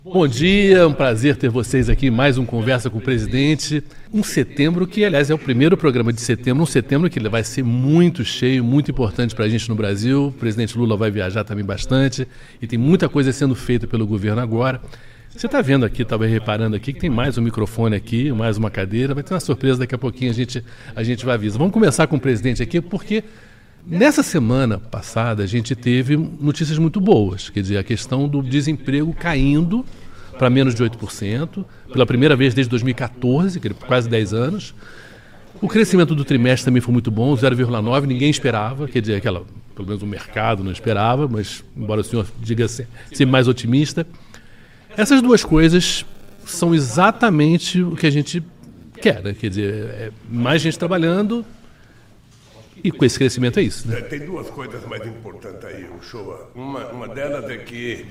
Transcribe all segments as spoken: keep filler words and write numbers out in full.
Bom dia, é um prazer ter vocês aqui em mais um Conversa com o Presidente. Um setembro que, aliás, é o primeiro programa de setembro, um setembro que vai ser muito cheio, muito importante para a gente no Brasil. O presidente Lula vai viajar também bastante e tem muita coisa sendo feita pelo governo agora. Você está vendo aqui, talvez reparando aqui, que tem mais um microfone aqui, mais uma cadeira. Vai ter uma surpresa daqui a pouquinho, a gente, a gente vai avisar. Vamos começar com o presidente aqui, porque nessa semana passada a gente teve notícias muito boas. Quer dizer, a questão do desemprego caindo para menos de oito por cento, pela primeira vez desde dois mil e catorze, que é quase dez anos. O crescimento do trimestre também foi muito bom, zero vírgula nove, ninguém esperava, quer dizer, aquela, pelo menos o mercado não esperava, mas embora o senhor diga ser, ser mais otimista. Essas duas coisas são exatamente o que a gente quer, né? Quer dizer, é mais gente trabalhando e com esse crescimento é isso, né? Tem duas coisas mais importantes aí, Uchoa. Uma, uma delas é que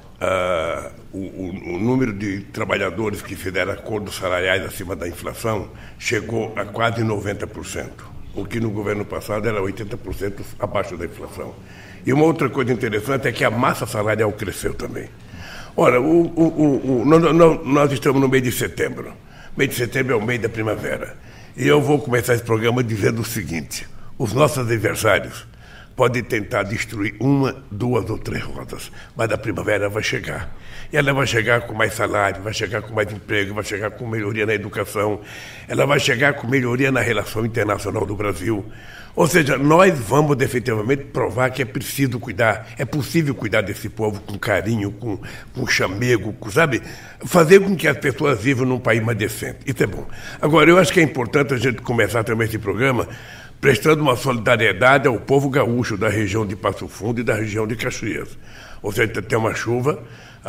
uh, o, o, o número de trabalhadores que fizeram acordos salariais acima da inflação chegou a quase noventa por cento, o que no governo passado era oitenta por cento abaixo da inflação. E uma outra coisa interessante é que a massa salarial cresceu também. Ora, o, o, o, o, nós, nós estamos no mês de setembro. O mês de setembro é o mês da primavera. E eu vou começar esse programa dizendo o seguinte: os nossos adversários podem tentar destruir uma, duas ou três rotas, mas a primavera vai chegar. E ela vai chegar com mais salário, vai chegar com mais emprego, vai chegar com melhoria na educação, ela vai chegar com melhoria na relação internacional do Brasil. Ou seja, nós vamos definitivamente provar que é preciso cuidar, é possível cuidar desse povo com carinho, com, com chamego, com, sabe? Fazer com que as pessoas vivam num país mais decente. Isso é bom. Agora, eu acho que é importante a gente começar também esse programa prestando uma solidariedade ao povo gaúcho da região de Passo Fundo e da região de Caxias. Ou seja, tem uma chuva.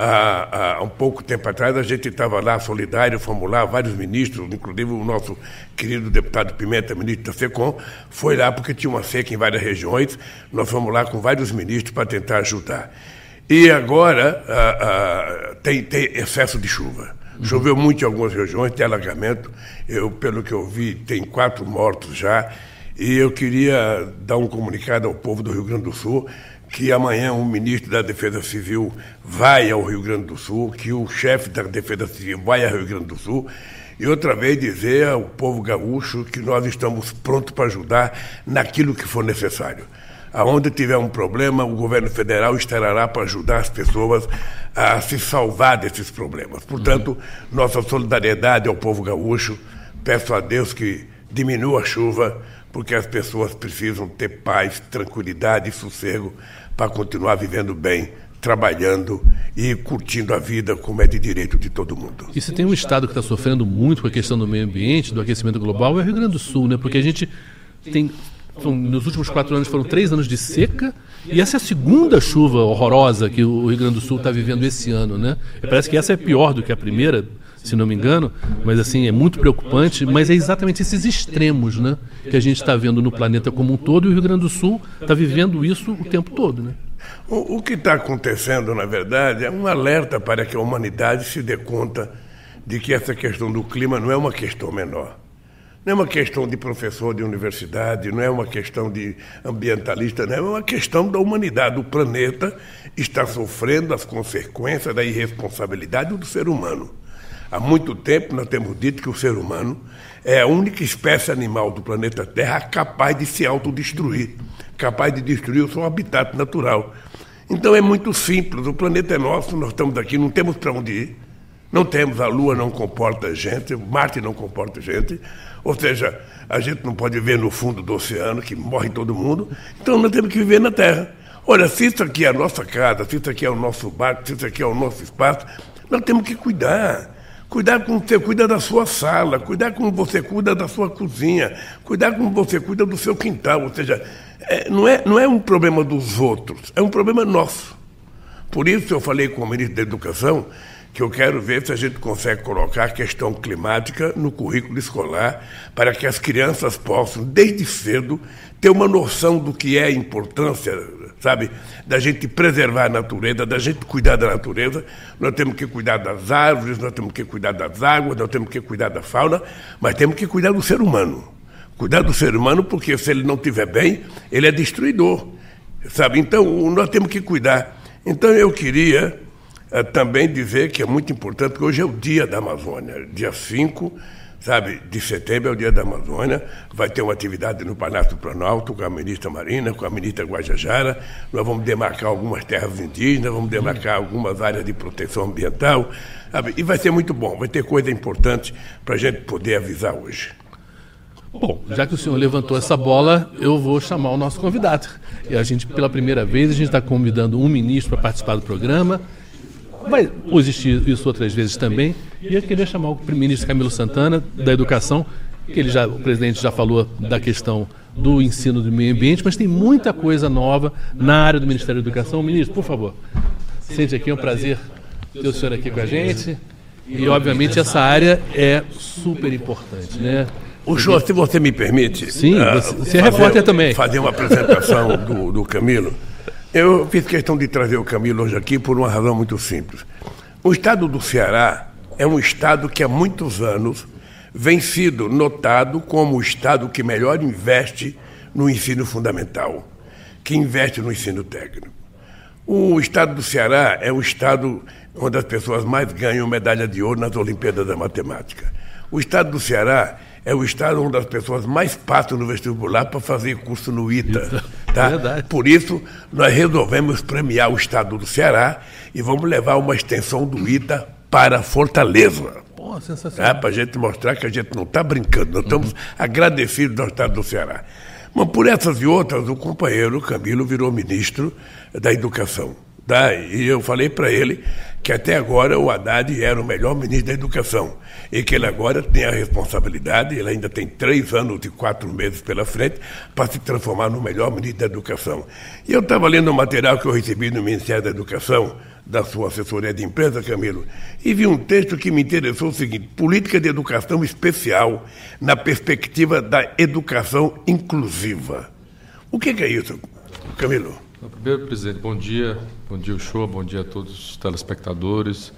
Há, há um pouco tempo atrás a gente estava lá solidário, fomos lá, vários ministros, inclusive o nosso querido deputado Pimenta, ministro da SECOM, foi lá porque tinha uma seca em várias regiões, nós fomos lá com vários ministros para tentar ajudar. E agora ah, ah, tem, tem excesso de chuva. Choveu muito em algumas regiões, tem alagamento, eu, pelo que eu vi, tem quatro mortos já, e eu queria dar um comunicado ao povo do Rio Grande do Sul que amanhã o ministro da Defesa Civil vai ao Rio Grande do Sul, que o chefe da Defesa Civil vai ao Rio Grande do Sul, e outra vez dizer ao povo gaúcho que nós estamos prontos para ajudar naquilo que for necessário. Aonde tiver um problema, o governo federal estará lá para ajudar as pessoas a se salvar desses problemas. Portanto, nossa solidariedade ao povo gaúcho, peço a Deus que diminua a chuva, porque as pessoas precisam ter paz, tranquilidade e sossego para continuar vivendo bem, trabalhando e curtindo a vida como é de direito de todo mundo. E se tem um estado que está sofrendo muito com a questão do meio ambiente, do aquecimento global, é o Rio Grande do Sul, né? Porque a gente tem, nos últimos quatro anos foram três anos de seca, e essa é a segunda chuva horrorosa que o Rio Grande do Sul está vivendo esse ano, né? E parece que essa é pior do que a primeira, se não me engano, mas assim, é muito preocupante, mas é exatamente esses extremos, né, que a gente está vendo no planeta como um todo, e o Rio Grande do Sul está vivendo isso o tempo todo, né? O, o que está acontecendo, na verdade, é um alerta para que a humanidade se dê conta de que essa questão do clima não é uma questão menor. Não é uma questão de professor de universidade, não é uma questão de ambientalista, não é uma questão da humanidade. O planeta está sofrendo as consequências da irresponsabilidade do ser humano. Há muito tempo nós temos dito que o ser humano é a única espécie animal do planeta Terra capaz de se autodestruir, capaz de destruir o seu habitat natural. Então é muito simples, o planeta é nosso, nós estamos aqui, não temos para onde ir, não temos, a Lua não comporta gente, Marte não comporta gente, ou seja, a gente não pode viver no fundo do oceano, que morre todo mundo, então nós temos que viver na Terra. Olha, se isso aqui é a nossa casa, se isso aqui é o nosso barco, se isso aqui é o nosso espaço, nós temos que cuidar. Cuidar como você cuida da sua sala, cuidar como você cuida da sua cozinha, cuidar como você cuida do seu quintal. Ou seja, é, não, é, não é um problema dos outros, é um problema nosso. Por isso eu falei com o ministro da Educação que eu quero ver se a gente consegue colocar a questão climática no currículo escolar para que as crianças possam, desde cedo, ter uma noção do que é a importância, sabe, da gente preservar a natureza, da gente cuidar da natureza. Nós temos que cuidar das árvores, nós temos que cuidar das águas, nós temos que cuidar da fauna, mas temos que cuidar do ser humano. Cuidar do ser humano, porque se ele não estiver bem, ele é destruidor, sabe? Então, nós temos que cuidar. Então, eu queria uh, também dizer que é muito importante que hoje é o Dia da Amazônia, dia cinco, sabe, de setembro é o Dia da Amazônia, vai ter uma atividade no Palácio do Planalto com a ministra Marina, com a ministra Guajajara, nós vamos demarcar algumas terras indígenas, vamos demarcar algumas áreas de proteção ambiental, sabe, e vai ser muito bom, vai ter coisa importante para a gente poder avisar hoje. Bom, já que o senhor levantou essa bola, eu vou chamar o nosso convidado. E a gente, pela primeira vez, a gente está convidando um ministro para participar do programa. Vai existir isso outras vezes também. E eu queria chamar o ministro Camilo Santana, da Educação, que ele já, o presidente já falou da questão do ensino do meio ambiente, mas tem muita coisa nova na área do Ministério da Educação. Ministro, por favor, sente aqui, é um prazer ter o senhor aqui com a gente. E, obviamente, essa área é super importante, né? O senhor, se você me permite... Sim, você, você é repórter também. Fazer uma apresentação do, do Camilo. Eu fiz questão de trazer o Camilo hoje aqui por uma razão muito simples. O estado do Ceará é um estado que há muitos anos vem sido notado como o estado que melhor investe no ensino fundamental, que investe no ensino técnico. O estado do Ceará é o estado onde as pessoas mais ganham medalha de ouro nas Olimpíadas da Matemática. O estado do Ceará é o estado onde as pessoas mais passam no vestibular para fazer curso no I T A. Tá? Verdade. Por isso, nós resolvemos premiar o estado do Ceará e vamos levar uma extensão do I T A para Fortaleza. Pô, sensacional. Tá? Para a gente mostrar que a gente não está brincando, nós estamos uhum. agradecidos ao estado do Ceará. Mas por essas e outras, o companheiro Camilo virou ministro da Educação. Tá? E eu falei para ele que até agora o Haddad era o melhor ministro da Educação e que ele agora tem a responsabilidade, ele ainda tem três anos e quatro meses pela frente para se transformar no melhor ministro da Educação. E eu estava lendo o material que eu recebi no Ministério da Educação, da sua assessoria de imprensa, Camilo, e vi um texto que me interessou o seguinte: política de educação especial na perspectiva da educação inclusiva. O que, que é isso, Camilo? Primeiro, presidente, bom dia, bom dia, Uchoa, bom dia a todos os telespectadores.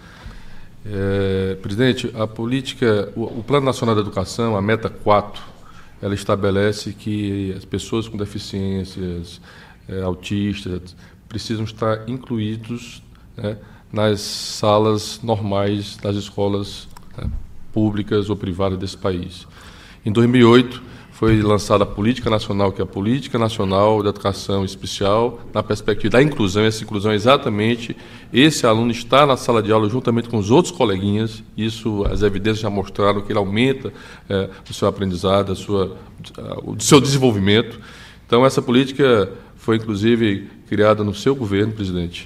É, presidente, a política, o, o Plano Nacional da Educação, a Meta quatro, ela estabelece que as pessoas com deficiências, é, autistas, precisam estar incluídos, né, nas salas normais das escolas, né, públicas ou privadas desse país. Em dois mil e oito, foi lançada a Política Nacional, que é a Política Nacional de Educação Especial, na perspectiva da inclusão. Essa inclusão é exatamente esse aluno estar na sala de aula juntamente com os outros coleguinhas. Isso, as evidências já mostraram que ele aumenta é, o seu aprendizado, a sua, o seu desenvolvimento. Então, essa política foi, inclusive, criada no seu governo, presidente.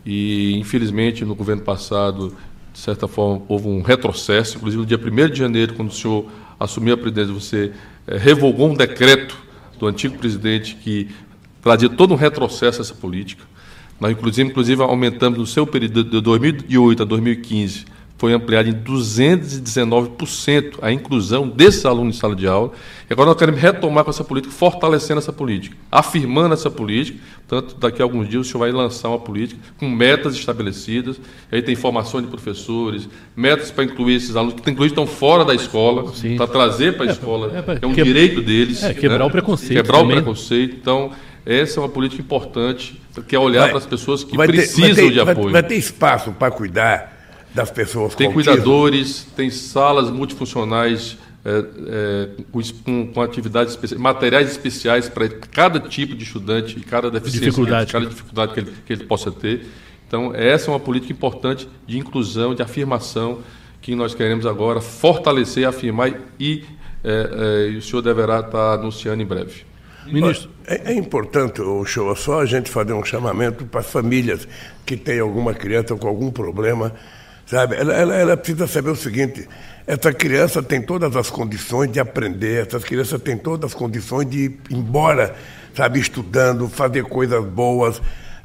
E, infelizmente, no governo passado, de certa forma, houve um retrocesso. Inclusive, no dia primeiro de janeiro, quando o senhor assumiu a presidência, você é, revogou um decreto do antigo presidente que trazia todo um retrocesso a essa política. Nós, inclusive, inclusive aumentamos no seu período de dois mil e oito a dois mil e quinze, foi ampliado em duzentos e dezenove por cento a inclusão desses alunos em sala de aula. E agora nós queremos retomar com essa política, fortalecendo essa política, afirmando essa política. Portanto, daqui a alguns dias o senhor vai lançar uma política com metas estabelecidas. Aí tem formação de professores, metas para incluir esses alunos que inclusive estão fora da escola, para trazer para a escola, é, é, é um que, direito deles. É, quebrar, né, o preconceito. Quebrar também. o preconceito. Então, essa é uma política importante, que é olhar vai, para as pessoas que ter, precisam ter, de vai, apoio. Vai ter espaço para cuidar das pessoas tem com cuidadores, autismo. Tem salas multifuncionais é, é, com, com atividades especiais, materiais especiais para cada tipo de estudante e cada deficiência, dificuldade. cada dificuldade que ele, que ele possa ter. Então, essa é uma política importante de inclusão, de afirmação, que nós queremos agora fortalecer, afirmar e é, é, o senhor deverá estar anunciando em breve. Ministro. É, é importante, o show, só a gente fazer um chamamento para as famílias que têm alguma criança com algum problema. Sabe? Ela, ela, ela precisa saber o seguinte: essa criança tem todas as condições de aprender, essas crianças têm todas as condições de ir embora, sabe, estudando, fazer coisas boas.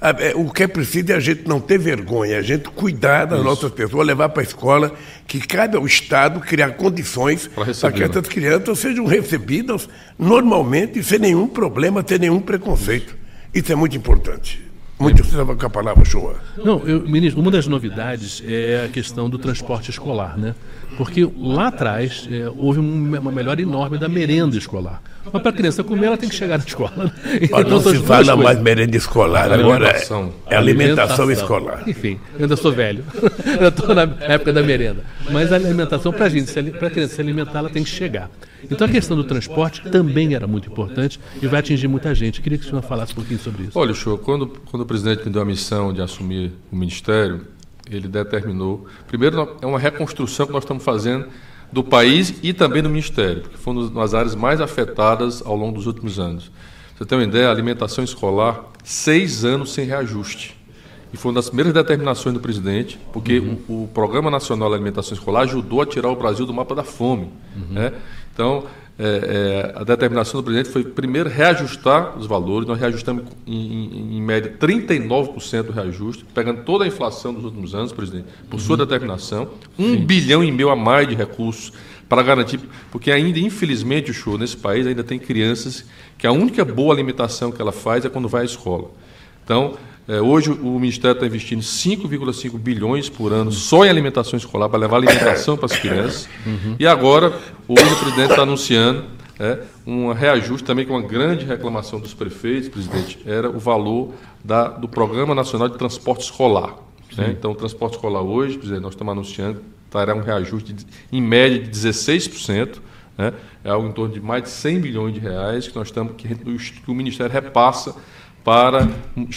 O que é preciso é a gente não ter vergonha, a gente cuidar das Isso. nossas pessoas, levar para a escola, que cabe ao Estado criar condições para que essas crianças sejam recebidas normalmente, sem nenhum problema, sem nenhum preconceito. Isso é muito importante. Muito você estava com a palavra, Shoa. Não, eu, ministro, uma das novidades é a questão do transporte escolar, né? Porque lá atrás é, houve uma melhora enorme da merenda escolar. Mas para a criança comer, ela tem que chegar na escola. Então, não se fala mais merenda escolar, agora é, é alimentação, alimentação escolar. Enfim, eu ainda sou velho, eu estou na época da merenda. Mas a alimentação, para a gente, para a criança se alimentar, ela tem que chegar. Então a questão do transporte também era muito importante e vai atingir muita gente. Eu queria que o senhor falasse um pouquinho sobre isso. Olha, Shoa, quando, quando o presidente me deu a missão de assumir o Ministério, ele determinou, primeiro é uma reconstrução que nós estamos fazendo do país e também do Ministério, porque foram uma das áreas mais afetadas ao longo dos últimos anos. Você tem uma ideia, a alimentação escolar, seis anos sem reajuste. E foi uma das primeiras determinações do presidente, porque uhum. o, o Programa Nacional de Alimentação Escolar ajudou a tirar o Brasil do mapa da fome. Uhum. Né? Então, é, é, a determinação do presidente foi, primeiro, reajustar os valores. Nós reajustamos, em, em, em média, trinta e nove por cento do reajuste, pegando toda a inflação dos últimos anos, presidente, por uhum. sua determinação. Um Sim. bilhão e meio a mais de recursos para garantir, porque ainda, infelizmente, o show nesse país ainda tem crianças que a única boa alimentação que ela faz é quando vai à escola. Então, é, hoje o Ministério está investindo cinco vírgula cinco bilhões por ano só em alimentação escolar, para levar alimentação para as crianças. Uhum. E agora, hoje o presidente está anunciando é, um reajuste também, que é uma grande reclamação dos prefeitos, presidente, era o valor da, do Programa Nacional de Transporte Escolar. Né? Então, o transporte escolar hoje, presidente, nós estamos anunciando, terá um reajuste de, em média de dezesseis por cento, né? É algo em torno de mais de cem milhões de reais que nós estamos que, que o Ministério repassa para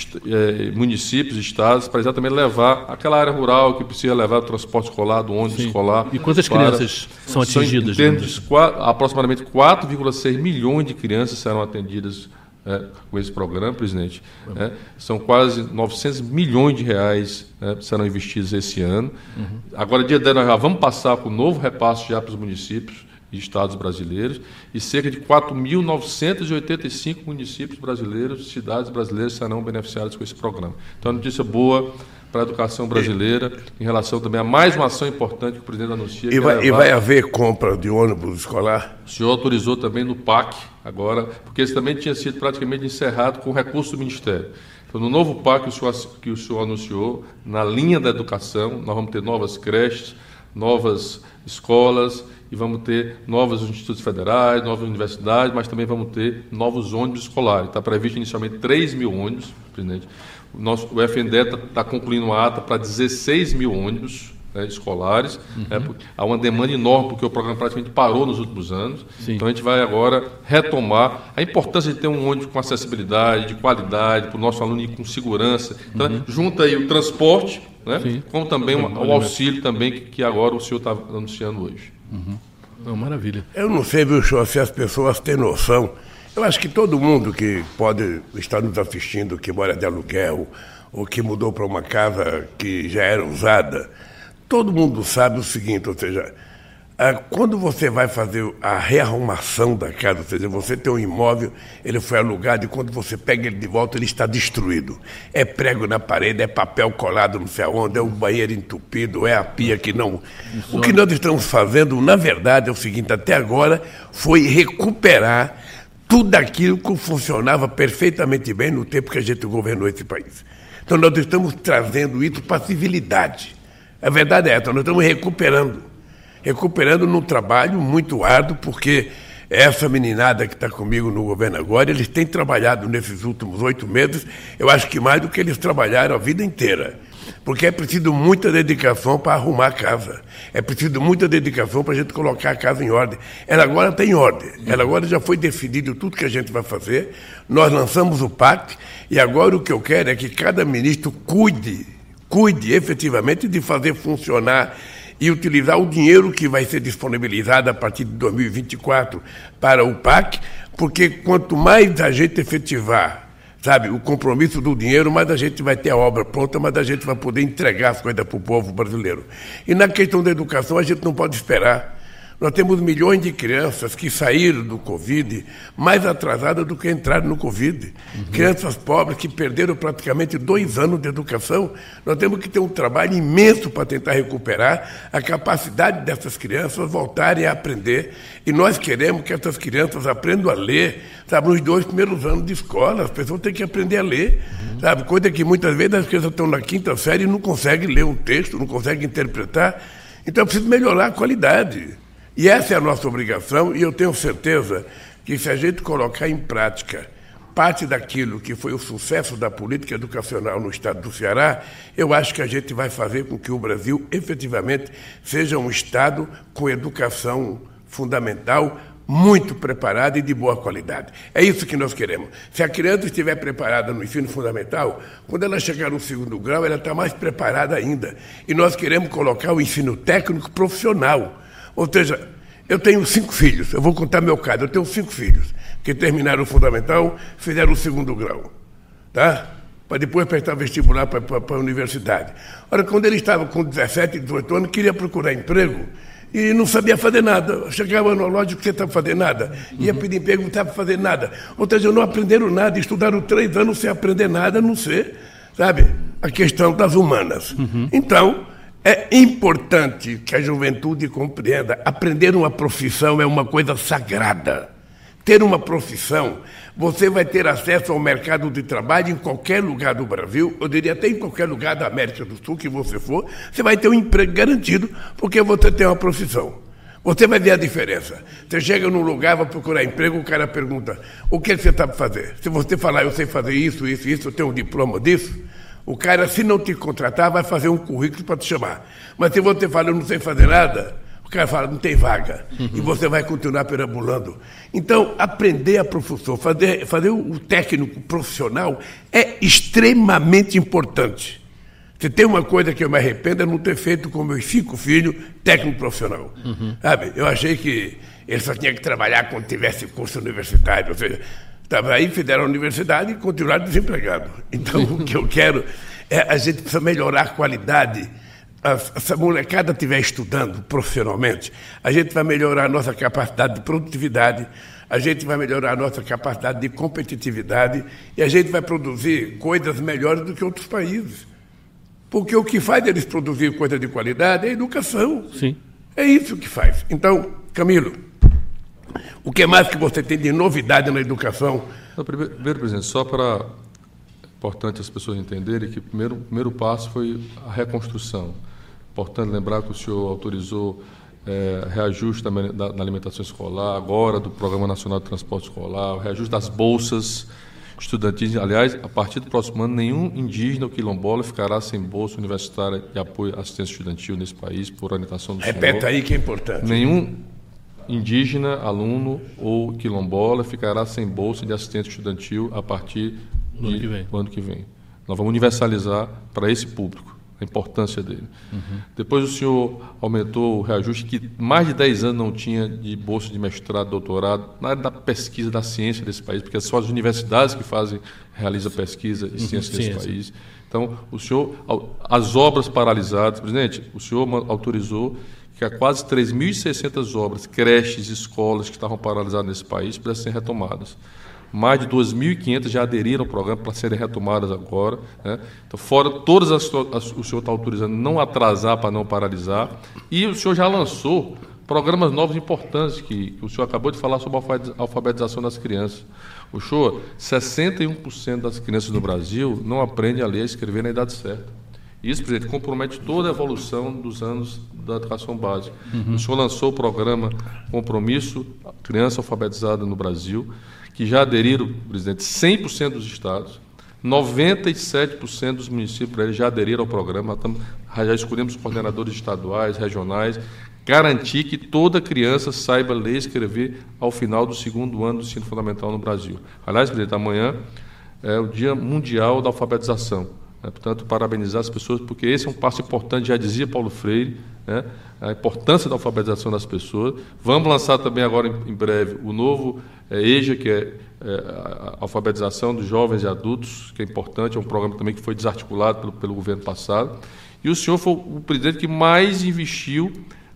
é, municípios, estados, para exatamente levar aquela área rural que precisa levar o transporte escolar, do ônibus Sim. escolar. E quantas para, crianças são atingidas? São, em termos de quatro, aproximadamente quatro vírgula seis milhões de crianças serão atendidas é, com esse programa, presidente. É, são quase novecentos milhões de reais é, serão investidos esse ano. Uhum. Agora, dia dez, nós já vamos passar com o novo repasse já para os municípios e estados brasileiros, e cerca de quatro mil novecentos e oitenta e cinco municípios brasileiros, cidades brasileiras serão beneficiadas com esse programa. Então, a notícia boa para a educação brasileira, em relação também a mais uma ação importante que o presidente anuncia. E, vai, é levar... e vai haver compra de ônibus escolar? O senhor autorizou também no P A C, agora, porque esse também tinha sido praticamente encerrado com o recurso do Ministério. Então, no novo P A C que o senhor, que o senhor anunciou, na linha da educação, nós vamos ter novas creches, novas escolas, e vamos ter novos institutos federais, novas universidades, mas também vamos ter novos ônibus escolares. Está previsto inicialmente três mil ônibus, presidente. O, nosso, o F N D E está tá concluindo a ata para dezesseis mil ônibus né, escolares. Uhum. Né, há uma demanda enorme, porque o programa praticamente parou nos últimos anos. Sim. Então, a gente vai agora retomar a importância de ter um ônibus com acessibilidade, de qualidade, para o nosso aluno ir com segurança. Então, uhum. junta aí o transporte, né, como também o um, um auxílio também que, que agora o senhor está anunciando hoje. Uhum. Não, maravilha. Eu não sei, viu, Shoa, se as pessoas têm noção. Eu acho que todo mundo que pode estar nos assistindo, que mora de aluguel, ou que mudou para uma casa que já era usada, todo mundo sabe o seguinte, ou seja, quando você vai fazer a rearrumação da casa, ou seja, você tem um imóvel, ele foi alugado e quando você pega ele de volta, ele está destruído. É prego na parede, é papel colado não sei aonde, é o banheiro entupido, é a pia que não... O que nós estamos fazendo, na verdade, é o seguinte, até agora, foi recuperar tudo aquilo que funcionava perfeitamente bem no tempo que a gente governou esse país. Então, nós estamos trazendo isso para a civilidade. A verdade é essa, nós estamos recuperando. recuperando num trabalho muito árduo, porque essa meninada que está comigo no governo agora, eles têm trabalhado nesses últimos oito meses, eu acho que mais do que eles trabalharam a vida inteira. Porque é preciso muita dedicação para arrumar a casa. É preciso muita dedicação para a gente colocar a casa em ordem. Ela agora está em ordem. Ela agora já foi decidido tudo que a gente vai fazer. Nós lançamos o P A C e agora o que eu quero é que cada ministro cuide, cuide efetivamente de fazer funcionar e utilizar o dinheiro que vai ser disponibilizado a partir de dois mil e vinte e quatro para o P A C, porque quanto mais a gente efetivar, sabe, o compromisso do dinheiro, mais a gente vai ter a obra pronta, mais a gente vai poder entregar as coisas para o povo brasileiro. E na questão da educação, a gente não pode esperar. Nós temos milhões de crianças que saíram do Covid mais atrasadas do que entraram no Covid. Uhum. Crianças pobres que perderam praticamente dois anos de educação. Nós temos que ter um trabalho imenso para tentar recuperar a capacidade dessas crianças voltarem a aprender. E nós queremos que essas crianças aprendam a ler, sabe, nos dois primeiros anos de escola. As pessoas têm que aprender a ler, uhum. sabe, coisa que muitas vezes as crianças estão na quinta série e não conseguem ler um texto, não conseguem interpretar. Então, é preciso melhorar a qualidade. E essa é a nossa obrigação, e eu tenho certeza que se a gente colocar em prática parte daquilo que foi o sucesso da política educacional no estado do Ceará, eu acho que a gente vai fazer com que o Brasil efetivamente seja um estado com educação fundamental muito preparada e de boa qualidade. É isso que nós queremos. Se a criança estiver preparada no ensino fundamental, quando ela chegar no segundo grau, ela está mais preparada ainda. E nós queremos colocar o ensino técnico profissional. Ou seja, eu tenho cinco filhos, eu vou contar meu caso, eu tenho cinco filhos que terminaram o fundamental, fizeram o segundo grau, tá? Para depois prestar vestibular para a universidade. Ora, quando ele estava com dezessete, dezoito anos, queria procurar emprego e não sabia fazer nada. Chegava no lógico que você estava fazendo nada. Ia pedir emprego, não estava fazendo nada. Ou seja, não aprenderam nada, estudaram três anos sem aprender nada, a não ser, sabe, a questão das humanas. Uhum. Então, é importante que a juventude compreenda, aprender uma profissão é uma coisa sagrada. Ter uma profissão, você vai ter acesso ao mercado de trabalho em qualquer lugar do Brasil, eu diria até em qualquer lugar da América do Sul que você for, você vai ter um emprego garantido, porque você tem uma profissão. Você vai ver a diferença. Você chega num lugar, vai procurar emprego, o cara pergunta, o que você sabe fazer? Se você falar, eu sei fazer isso, isso, isso, eu tenho um diploma disso, o cara, se não te contratar, vai fazer um currículo para te chamar. Mas se você fala, eu não sei fazer nada, o cara fala, não tem vaga. Uhum. E você vai continuar perambulando. Então, aprender a profissão, fazer, fazer o técnico profissional é extremamente importante. Se tem uma coisa que eu me arrependo é não ter feito com meus cinco filhos técnico profissional. Uhum. Sabe? Eu achei que ele só tinha que trabalhar quando tivesse curso universitário, ou seja, estava aí, fizeram a universidade e continuaram desempregados. Então, o que eu quero é a gente precisa melhorar a qualidade. Se a molecada estiver estudando profissionalmente, a gente vai melhorar a nossa capacidade de produtividade, a gente vai melhorar a nossa capacidade de competitividade e a gente vai produzir coisas melhores do que outros países. Porque o que faz eles produzir coisa de qualidade é a educação. Sim. É isso que faz. Então, Camilo, o que mais que você tem de novidade na educação? Não, primeiro, primeiro, presidente, só para... É importante as pessoas entenderem que o primeiro, o primeiro passo foi a reconstrução. Importante lembrar que o senhor autorizou é, reajuste da, da, na alimentação escolar, agora do Programa Nacional de Transporte Escolar, o reajuste das bolsas estudantis. Aliás, a partir do próximo ano, nenhum indígena ou quilombola ficará sem bolsa universitária de apoio à assistência estudantil nesse país, por orientação do senhor. Repete aí que é importante. Nenhum indígena, aluno ou quilombola ficará sem bolsa de assistência estudantil a partir do ano que vem. ano que vem. Nós vamos universalizar para esse público a importância dele. Uhum. Depois o senhor aumentou o reajuste que mais de dez anos não tinha de bolsa de mestrado, doutorado, na área da pesquisa, da ciência desse país, porque são as universidades que fazem, realizam pesquisa e ciência uhum, desse país. Então, o senhor, as obras paralisadas, presidente, o senhor autorizou que há quase três mil e seiscentas obras, creches, escolas que estavam paralisadas nesse país pudessem ser retomadas. Mais de duas mil e quinhentas já aderiram ao programa para serem retomadas agora. Né? Então, fora todas as, as o senhor está autorizando não atrasar para não paralisar. E o senhor já lançou programas novos importantes, que, que o senhor acabou de falar sobre a alfabetização das crianças. O senhor, sessenta e um por cento das crianças no Brasil não aprendem a ler e escrever na idade certa. Isso, presidente, compromete toda a evolução dos anos da educação básica. Uhum. O senhor lançou o programa Compromisso Criança Alfabetizada no Brasil, que já aderiram, presidente, cem por cento dos estados, noventa e sete por cento dos municípios já aderiram ao programa, estamos, já escolhemos coordenadores estaduais, regionais, garantir que toda criança saiba ler e escrever ao final do segundo ano do ensino fundamental no Brasil. Aliás, presidente, amanhã é o Dia Mundial da Alfabetização. Né? Portanto, parabenizar as pessoas, porque esse é um passo importante, já dizia Paulo Freire, né? A importância da alfabetização das pessoas. Vamos lançar também agora, em, em breve, o novo é, EJA, que é, é a alfabetização dos jovens e adultos, que é importante, é um programa também que foi desarticulado pelo, pelo governo passado. E o senhor foi o presidente que mais investiu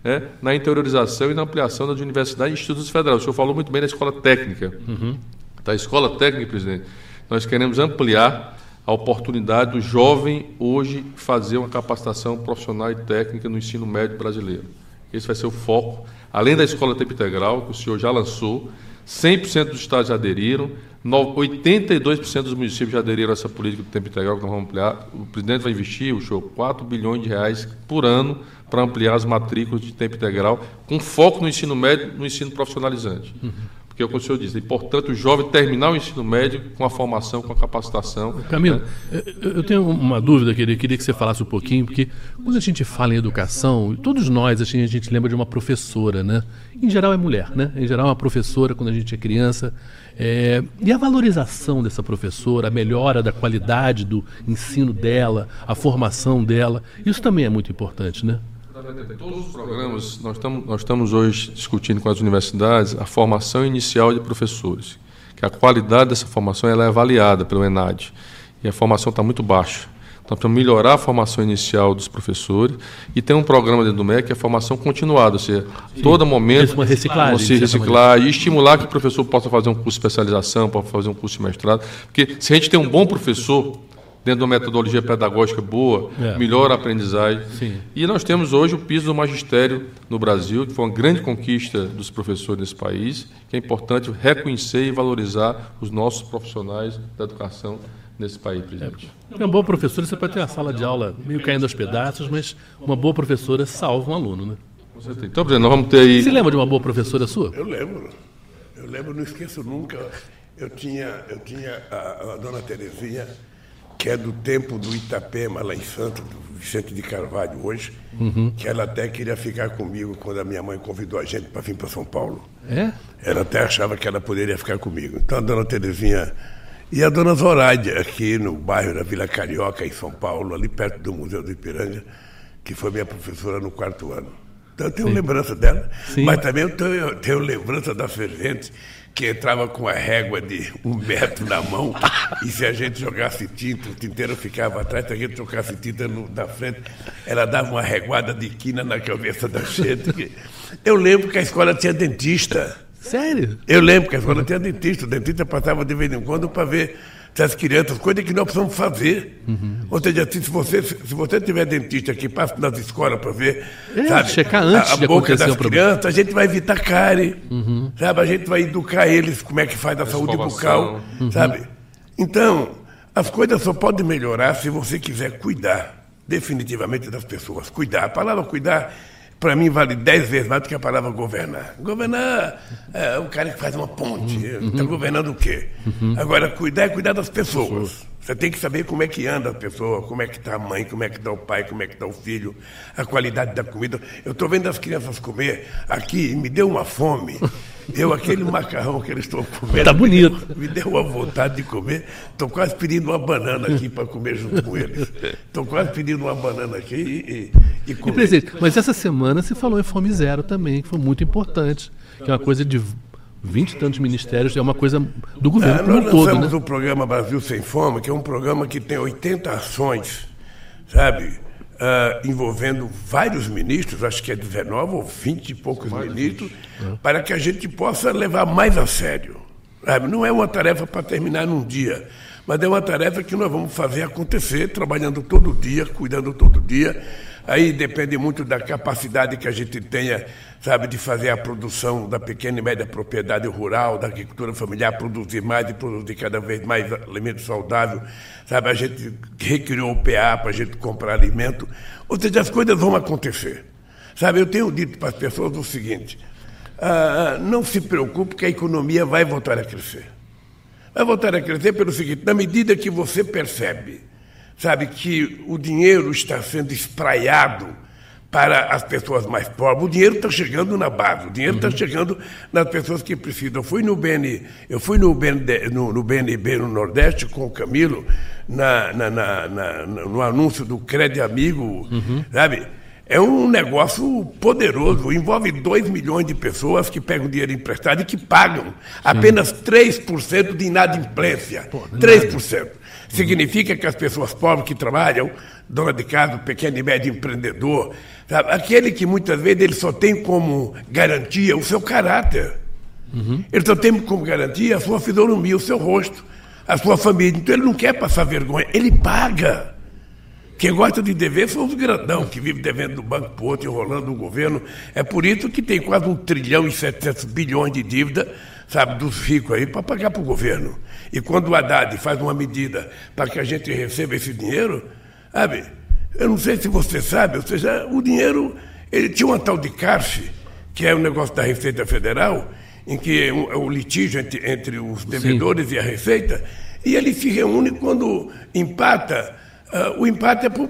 né, na interiorização e na ampliação das universidades e institutos federais. O senhor falou muito bem da escola técnica. Uhum. Da escola técnica, presidente, nós queremos ampliar a oportunidade do jovem hoje fazer uma capacitação profissional e técnica no ensino médio brasileiro. Esse vai ser o foco. Além da escola tempo integral, que o senhor já lançou, cem por cento dos estados já aderiram, oitenta e dois por cento dos municípios já aderiram a essa política do tempo integral que nós vamos ampliar. O presidente vai investir, o senhor, quatro bilhões de reais por ano para ampliar as matrículas de tempo integral, com foco no ensino médio e no ensino profissionalizante. Uhum. Porque, como o senhor disse, é importante o jovem terminar o ensino médio com a formação, com a capacitação. Camilo, né? eu tenho uma dúvida que eu queria que você falasse um pouquinho, porque quando a gente fala em educação, todos nós, a gente, a gente lembra de uma professora, né? Em geral é mulher, né? Em geral é uma professora quando a gente é criança. É... E a valorização dessa professora, a melhora da qualidade do ensino dela, a formação dela, isso também é muito importante, né? Todos os programas, nós estamos, nós estamos hoje discutindo com as universidades a formação inicial de professores, que a qualidade dessa formação ela é avaliada pelo ENAD, e a formação está muito baixa. Então, precisamos melhorar a formação inicial dos professores e tem um programa dentro do M E C que é a formação continuada, ou seja, Sim. todo momento uma reciclagem, se reciclar e estimular que o professor possa fazer um curso de especialização, possa fazer um curso de mestrado, porque se a gente tem um bom professor dentro de uma metodologia pedagógica boa, é. melhora a aprendizagem. Sim. E nós temos hoje o piso do magistério no Brasil, que foi uma grande conquista dos professores desse país, que é importante reconhecer e valorizar os nossos profissionais da educação nesse país, presidente. É. Uma boa professora, você pode ter uma sala de aula meio caindo aos pedaços, mas uma boa professora salva um aluno, né? Com certeza. Então, presidente, nós vamos ter aí... Você lembra de uma boa professora sua? Eu lembro. Eu lembro, não esqueço nunca. Eu tinha, eu tinha a, a dona Terezinha, que é do tempo do Itapema, lá em Santos, do Vicente de Carvalho, hoje, uhum. que ela até queria ficar comigo quando a minha mãe convidou a gente para vir para São Paulo. É? Ela até achava que ela poderia ficar comigo. Então a dona Terezinha e a dona Zoraide, aqui no bairro da Vila Carioca, em São Paulo, ali perto do Museu do Ipiranga, que foi minha professora no quarto ano. Então eu tenho Sim. lembrança dela, Sim. mas também eu tenho, eu tenho lembrança da servente, que entrava com a régua de um metro na mão, e se a gente jogasse tinta, o tinteiro ficava atrás, se a gente jogasse tinta no, na frente, ela dava uma reguada de quina na cabeça da gente. Eu lembro que a escola tinha dentista. Sério? Eu lembro que a escola tinha dentista. O dentista passava de vez em quando para ver se as crianças, coisas que nós precisamos fazer. Uhum. Ou seja, se você, se você tiver dentista que passa nas escolas para ver, é, sabe, checar antes a, a de boca das o crianças, a gente vai evitar cárie, uhum. sabe? A gente vai educar eles como é que faz a, a saúde bucal, uhum. sabe? Então, as coisas só podem melhorar se você quiser cuidar definitivamente das pessoas. Cuidar. A palavra cuidar, para mim, vale dez vezes mais do que a palavra governar. Governar é o cara que faz uma ponte. Está uhum. governando o quê? Uhum. Agora, cuidar é cuidar das pessoas. Você tem que saber como é que anda a pessoa, como é que está a mãe, como é que está o pai, como é que está o filho, a qualidade da comida. Eu estou vendo as crianças comer aqui e me deu uma fome. Eu, aquele macarrão que eles estão comendo... Está bonito. Me, me deu uma vontade de comer. Estou quase pedindo uma banana aqui para comer junto com eles. Estou quase pedindo uma banana aqui e, e, e comer. E, presidente, mas essa semana se falou em Fome Zero também, que foi muito importante. Que é uma coisa de vinte e tantos ministérios, é uma coisa do governo ah, como um todo. Nós lançamos né? o programa Brasil Sem Fome, que é um programa que tem oitenta ações, sabe? Uh, envolvendo vários ministros, acho que é dezenove ou vinte e poucos mais ministros, é. para que a gente possa levar mais a sério. Sabe? Não é uma tarefa para terminar num dia, mas é uma tarefa que nós vamos fazer acontecer, trabalhando todo dia, cuidando todo dia. Aí depende muito da capacidade que a gente tenha, sabe, de fazer a produção da pequena e média propriedade rural, da agricultura familiar, produzir mais e produzir cada vez mais alimento saudável. Sabe, a gente recriou o P A para a gente comprar alimento. Ou seja, as coisas vão acontecer. Sabe, eu tenho dito para as pessoas o seguinte, ah, não se preocupe que a economia vai voltar a crescer. Vai voltar a crescer pelo seguinte, na medida que você percebe, sabe, que o dinheiro está sendo espraiado para as pessoas mais pobres, o dinheiro está chegando na base, o dinheiro está uhum. chegando nas pessoas que precisam. Eu fui no B N, eu fui no, B N, no, no B N B no Nordeste com o Camilo, na, na, na, na, no anúncio do Crédito Amigo, uhum. sabe? É um negócio poderoso, envolve dois milhões de pessoas que pegam dinheiro emprestado e que pagam Sim. apenas três por cento de inadimplência. Pô, três por cento. Significa que as pessoas pobres que trabalham, dona de casa, pequeno e médio empreendedor, sabe? Aquele que muitas vezes ele só tem como garantia o seu caráter. Uhum. Ele só tem como garantia a sua fisionomia, o seu rosto, a sua família. Então ele não quer passar vergonha, ele paga. Quem gosta de dever são os grandão, que vivem devendo do banco para o outro, enrolando o governo. É por isso que tem quase um trilhão e setecentos bilhões de dívida, sabe, dos ricos aí, para pagar para o governo. E quando o Haddad faz uma medida para que a gente receba esse dinheiro, sabe, eu não sei se você sabe, ou seja, o dinheiro, ele tinha uma tal de C A R F, que é um negócio da Receita Federal, em que é o litígio entre, entre os devedores Sim. e a Receita, e ele se reúne quando empata. Uh, o empate é para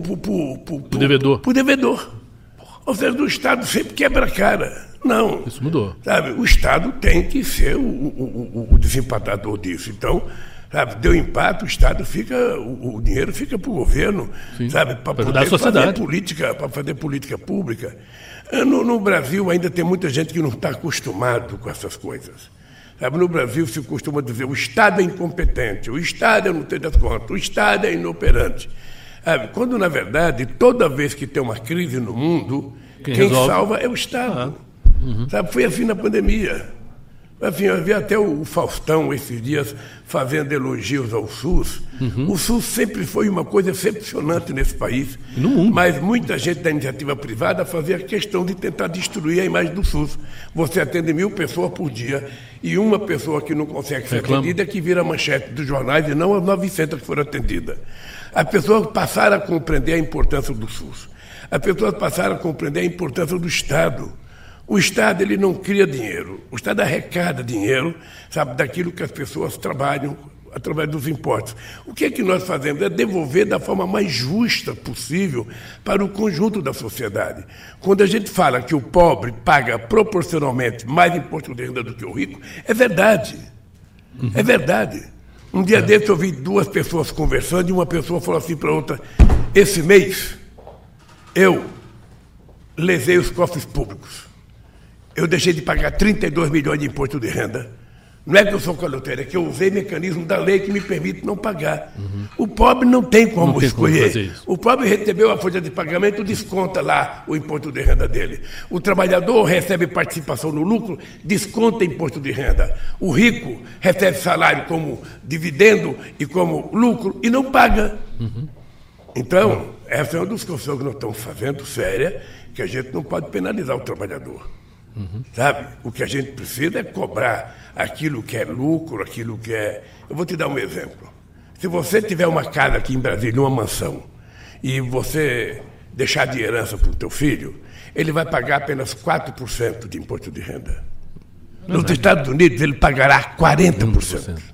o devedor. Pro devedor. Ou seja, o Estado sempre quebra a cara. Não. Isso mudou. Sabe, o Estado tem que ser o, o, o, o desempatador disso. Então, sabe, deu empate, o Estado fica, o, o dinheiro fica para o governo, Sim. sabe, para poder fazer política, para fazer política pública. No, no Brasil ainda tem muita gente que não está acostumado com essas coisas. Sabe, no Brasil se costuma dizer o Estado é incompetente, o Estado é não tem das contas, o Estado é inoperante. Sabe, quando, na verdade, toda vez que tem uma crise no mundo, quem, quem salva é o Estado. Ah. Uhum. Sabe, foi assim na pandemia. Assim, eu vi até o Faustão esses dias fazendo elogios ao SUS. Uhum. O SUS sempre foi uma coisa excepcionante nesse país, no mundo. Mas muita gente da iniciativa privada fazia questão de tentar destruir a imagem do SUS. Você atende mil pessoas por dia e uma pessoa que não consegue ser Reclama. atendida é que vira manchete dos jornais e não as novecentas que foram atendidas. As pessoas passaram a compreender a importância do SUS. As pessoas passaram a compreender a importância do Estado. O Estado, ele não cria dinheiro. O Estado arrecada dinheiro, sabe, daquilo que as pessoas trabalham através dos impostos. O que é que nós fazemos? É devolver da forma mais justa possível para o conjunto da sociedade. Quando a gente fala que o pobre paga proporcionalmente mais imposto de renda do que o rico, é verdade. Uhum. É verdade. Um dia é. desse eu vi duas pessoas conversando e uma pessoa falou assim para outra: esse mês eu lesei os cofres públicos. Eu deixei de pagar trinta e dois milhões de imposto de renda. Não é que eu sou caloteiro, é que eu usei mecanismo da lei que me permite não pagar. Uhum. O pobre não tem como não tem escolher. Como o pobre recebeu a folha de pagamento, desconta lá o imposto de renda dele. O trabalhador recebe participação no lucro, desconta imposto de renda. O rico recebe salário como dividendo e como lucro e não paga. Uhum. Então, essa é uma discussão que nós estamos fazendo, séria, que a gente não pode penalizar o trabalhador. Uhum. Sabe? O que a gente precisa é cobrar aquilo que é lucro, aquilo que é... Eu vou te dar um exemplo. Se você tiver uma casa aqui em Brasília, uma mansão, e você deixar de herança para o teu filho, ele vai pagar apenas quatro por cento de imposto de renda. Não Nos é. Estados Unidos, ele pagará quarenta por cento.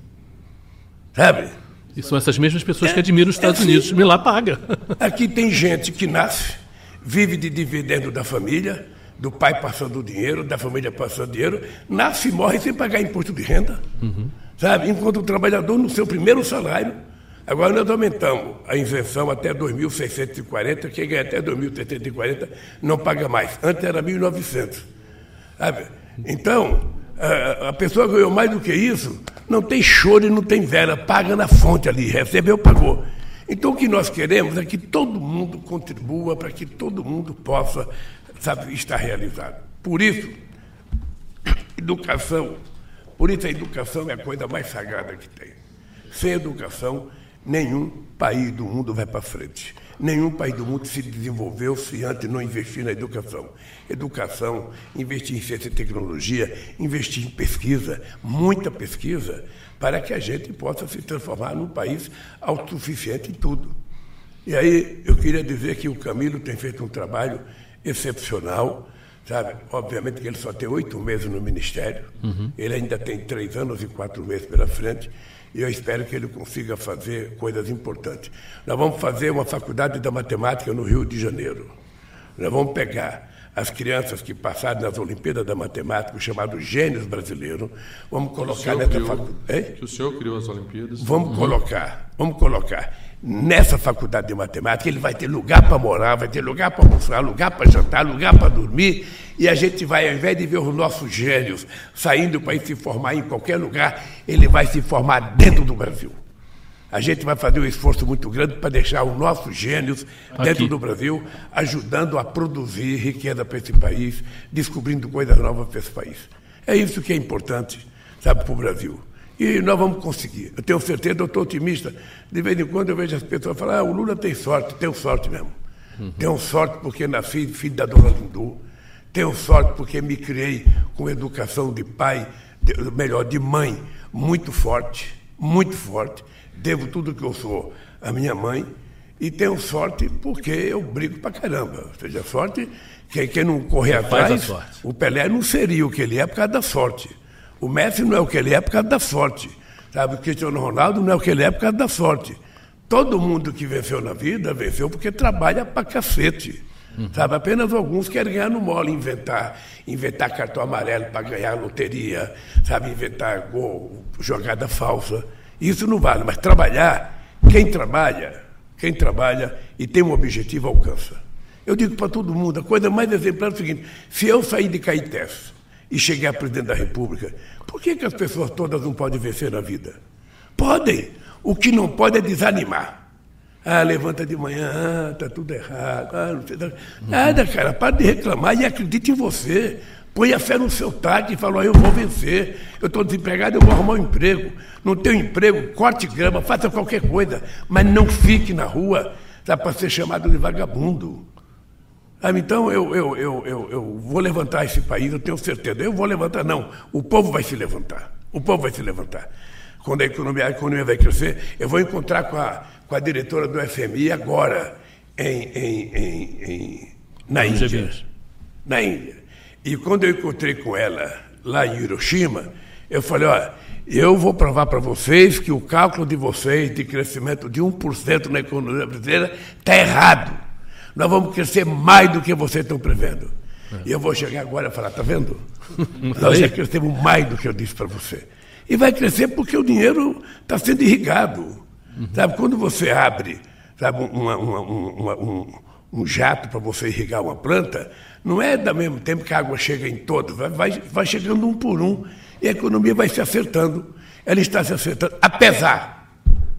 Sabe? E são essas mesmas pessoas é, que admiram os Estados é assim, Unidos. Me lá paga. Aqui tem gente que nasce, vive de dividendo da família, do pai passando dinheiro, da família passando dinheiro, nasce e morre sem pagar imposto de renda. Uhum. Sabe? Enquanto o trabalhador, no seu primeiro salário, agora nós aumentamos a isenção até dois mil seiscentos e quarenta, quem ganha até dois mil seiscentos e quarenta não paga mais. Antes era mil e novecentos. Sabe? Então, a, a pessoa ganhou mais do que isso, não tem choro e não tem vera, paga na fonte ali, recebeu, pagou. Então o que nós queremos é que todo mundo contribua para que todo mundo possa, sabe, estar realizado. Por isso, educação, por isso a educação é a coisa mais sagrada que tem. Sem educação, nenhum país do mundo vai para frente. Nenhum país do mundo se desenvolveu se antes não investir na educação. Educação, investir em ciência e tecnologia, investir em pesquisa, muita pesquisa, para que a gente possa se transformar num país autossuficiente em tudo. E aí eu queria dizer que o Camilo tem feito um trabalho excepcional, sabe? Obviamente que ele só tem oito meses no Ministério, uhum. Ele ainda tem três anos e quatro meses pela frente, e eu espero que ele consiga fazer coisas importantes. Nós vamos fazer uma faculdade da matemática no Rio de Janeiro. Nós vamos pegar as crianças que passaram nas Olimpíadas da Matemática, o chamado Gênios Brasileiro, vamos colocar nessa faculdade. Que o senhor criou as Olimpíadas. Vamos uhum. colocar, vamos colocar nessa faculdade de matemática, ele vai ter lugar para morar, vai ter lugar para almoçar, lugar para jantar, lugar para dormir, e a gente vai, ao invés de ver os nossos gênios saindo para ir se formar em qualquer lugar, ele vai se formar dentro do Brasil. A gente vai fazer um esforço muito grande para deixar os nossos gênios dentro Aqui. do Brasil, ajudando a produzir riqueza para esse país, descobrindo coisas novas para esse país. É isso que é importante, sabe, para o Brasil. E nós vamos conseguir. Eu tenho certeza, eu estou otimista. De vez em quando eu vejo as pessoas falar, ah, o Lula tem sorte. Tenho sorte mesmo. Uhum. Tenho sorte porque nasci filho da dona Lindu. Tenho sorte porque me criei com educação de pai, de, melhor, de mãe, muito forte, muito forte. Devo tudo que eu sou à minha mãe. E tenho sorte porque eu brigo pra caramba. Ou seja, sorte, quem, quem não correr atrás, o Pelé não seria o que ele é por causa da sorte. O Messi não é o que ele é por causa da sorte. Sabe? O Cristiano Ronaldo não é o que ele é por causa da sorte. Todo mundo que venceu na vida, venceu porque trabalha pra cacete. Uhum. Sabe? Apenas alguns querem ganhar no mole, inventar, inventar cartão amarelo para ganhar loteria, sabe? Inventar gol, jogada falsa. Isso não vale, mas trabalhar, quem trabalha, quem trabalha e tem um objetivo alcança. Eu digo para todo mundo, a coisa mais exemplar é o seguinte, se eu sair de Caetés e chegar a presidente da República, por que, que as pessoas todas não podem vencer na vida? Podem. O que não pode é desanimar. Ah, levanta de manhã, ah, tá tudo errado. Ah, não sei nada, cara, para de reclamar e acredite em você. Põe a fé no seu taco e fala, eu vou vencer. Eu estou desempregado, eu vou arrumar um emprego. Não tenho emprego, corte grama, faça qualquer coisa, mas não fique na rua, tá, para ser chamado de vagabundo. Ah, então eu, eu, eu, eu, eu vou levantar esse país, eu tenho certeza. Eu vou levantar, não. O povo vai se levantar. O povo vai se levantar. Quando a economia, a economia vai crescer, eu vou encontrar com a, com a diretora do F M I agora, em, em, em, em, na Índia. Na Índia. E quando eu encontrei com ela lá em Hiroshima, eu falei, olha, eu vou provar para vocês que o cálculo de vocês de crescimento de um por cento na economia brasileira está errado. Nós vamos crescer mais do que vocês estão prevendo. É. E eu vou chegar agora e falar, está vendo? Nós já crescemos mais do que eu disse para você. E vai crescer porque o dinheiro está sendo irrigado. Uhum. Sabe, quando você abre, sabe, uma, uma, uma, um, um jato para você irrigar uma planta, não é do mesmo tempo que a água chega em todas, vai, vai, vai chegando um por um e a economia vai se acertando. Ela está se acertando, apesar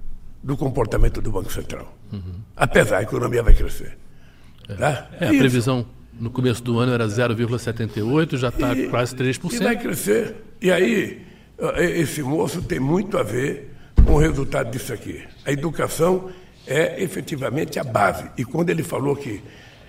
do comportamento do Banco Central. Uhum. Apesar, a economia vai crescer. É, tá? é a previsão no começo do ano era zero vírgula setenta e oito, já está quase três por cento. E vai crescer. E aí, esse moço tem muito a ver com o resultado disso aqui. A educação é efetivamente a base. E quando ele falou que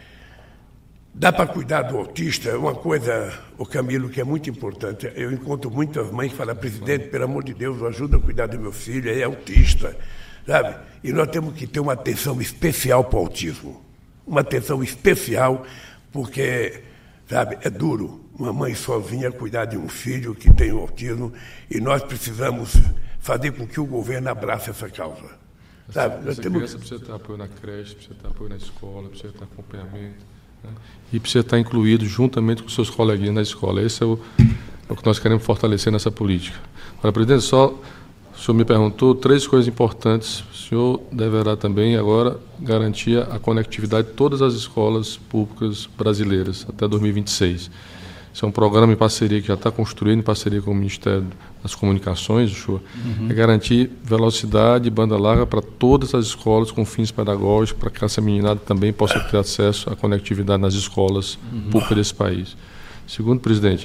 dá para cuidar do autista, uma coisa, o Camilo, que é muito importante. Eu encontro muitas mães que falam, presidente, pelo amor de Deus, ajuda a cuidar do meu filho, ele é autista, sabe? E nós temos que ter uma atenção especial para o autismo. Uma atenção especial, porque, sabe, é duro uma mãe sozinha cuidar de um filho que tem autismo e nós precisamos fazer com que o governo abrace essa causa. Sabe? Essa, nós essa temos... criança precisa ter apoio na creche, precisa ter apoio na escola, precisa ter acompanhamento, né? E precisa estar incluído juntamente com seus coleguinhas na escola. Esse é o, é o que nós queremos fortalecer nessa política. Agora, presidente, só o senhor me perguntou três coisas importantes. O senhor deverá também agora garantir a conectividade de todas as escolas públicas brasileiras até dois mil e vinte e seis. Esse é um programa em parceria que já está construído, em parceria com o Ministério das Comunicações, o senhor, uhum. é garantir velocidade e banda larga para todas as escolas com fins pedagógicos, para que essa meninada também possa ter acesso à conectividade nas escolas uhum. públicas desse país. Segundo, presidente,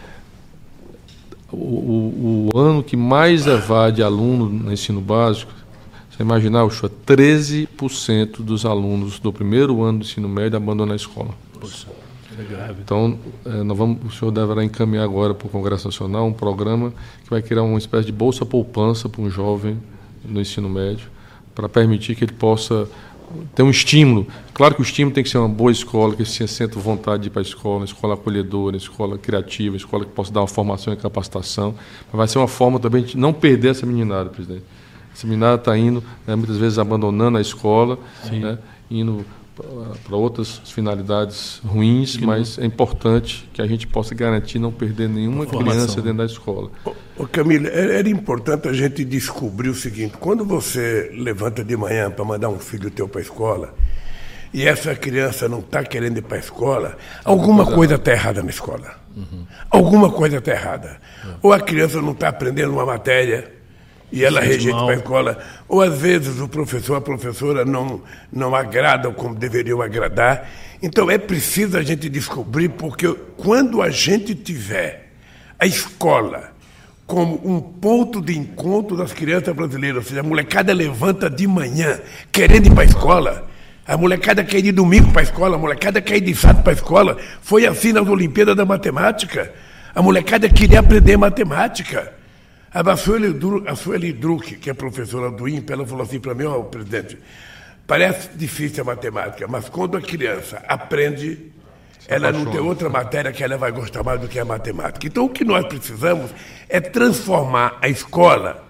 o, o, o ano que mais evade aluno no ensino básico, você imaginar, o senhor, treze por cento dos alunos do primeiro ano do ensino médio abandonam a escola. Poxa. É grave. Então, nós vamos, o senhor deverá encaminhar agora para o Congresso Nacional um programa que vai criar uma espécie de bolsa poupança para um jovem no ensino médio, para permitir que ele possa ter um estímulo. Claro que o estímulo tem que ser uma boa escola, que se sente vontade de ir para a escola, uma escola acolhedora, uma escola criativa, uma escola que possa dar uma formação e capacitação, mas vai ser uma forma também de não perder essa meninada, presidente. Essa meninada está indo, né, muitas vezes abandonando a escola, né, indo para outras finalidades ruins, que mas não... é importante que a gente possa garantir não perder nenhuma criança dentro da escola. Ô, ô Camilo, era importante a gente descobrir o seguinte: quando você levanta de manhã para mandar um filho teu para a escola e essa criança não está querendo ir para a escola, alguma coisa está errada na escola. Uhum. Alguma coisa está errada. Uhum. Ou a criança não está aprendendo uma matéria e ela rejeita para a escola, ou às vezes o professor, a professora não, não agradam como deveriam agradar. Então é preciso a gente descobrir, porque quando a gente tiver a escola como um ponto de encontro das crianças brasileiras, ou seja, a molecada levanta de manhã querendo ir para a escola, a molecada quer ir domingo para a escola, a molecada quer ir de sábado para a escola. Foi assim nas Olimpíadas da Matemática. A molecada queria aprender matemática. A Sueli Druck, que é professora do I N P E, ela falou assim para mim, ó, oh, presidente, parece difícil a matemática, mas quando a criança aprende, ela não tem outra matéria que ela vai gostar mais do que a matemática. Então, o que nós precisamos é transformar a escola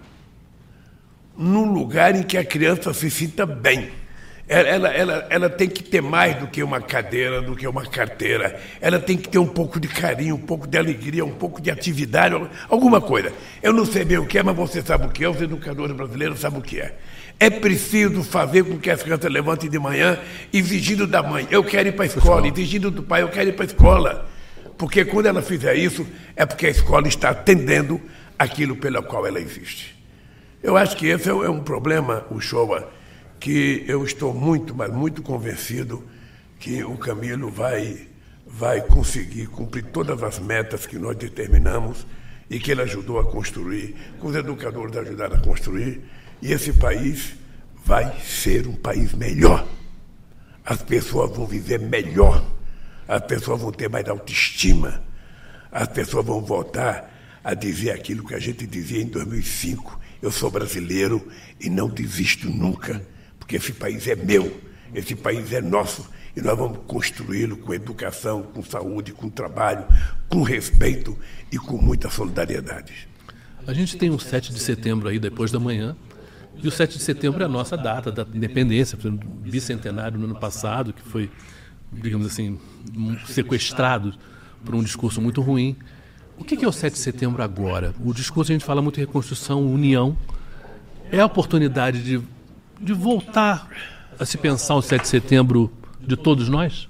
num lugar em que a criança se sinta bem. Ela, ela, ela, ela tem que ter mais do que uma cadeira, do que uma carteira. Ela tem que ter um pouco de carinho, um pouco de alegria, um pouco de atividade, alguma coisa. Eu não sei bem o que é, mas você sabe o que é, os educadores brasileiros sabem o que é. É preciso fazer com que as crianças levantem de manhã exigindo da mãe, eu quero ir para a escola, exigindo do pai, eu quero ir para a escola. Porque quando ela fizer isso, é porque a escola está atendendo aquilo pelo qual ela existe. Eu acho que esse é um problema, Uchoa, que eu estou muito, mas muito convencido que o Camilo vai, vai conseguir cumprir todas as metas que nós determinamos e que ele ajudou a construir, que os educadores ajudaram a construir, e esse país vai ser um país melhor. As pessoas vão viver melhor, as pessoas vão ter mais autoestima, as pessoas vão voltar a dizer aquilo que a gente dizia em dois mil e cinco, eu sou brasileiro e não desisto nunca, porque esse país é meu, esse país é nosso, e nós vamos construí-lo com educação, com saúde, com trabalho, com respeito e com muita solidariedade. A gente tem um sete de setembro aí depois da manhã, e o sete de setembro é a nossa data da independência, por exemplo, bicentenário no ano passado, que foi, digamos assim, sequestrado por um discurso muito ruim. O que é o sete de setembro agora? O discurso, a gente fala muito em reconstrução, união. É a oportunidade de de voltar a se pensar o sete de setembro de todos nós?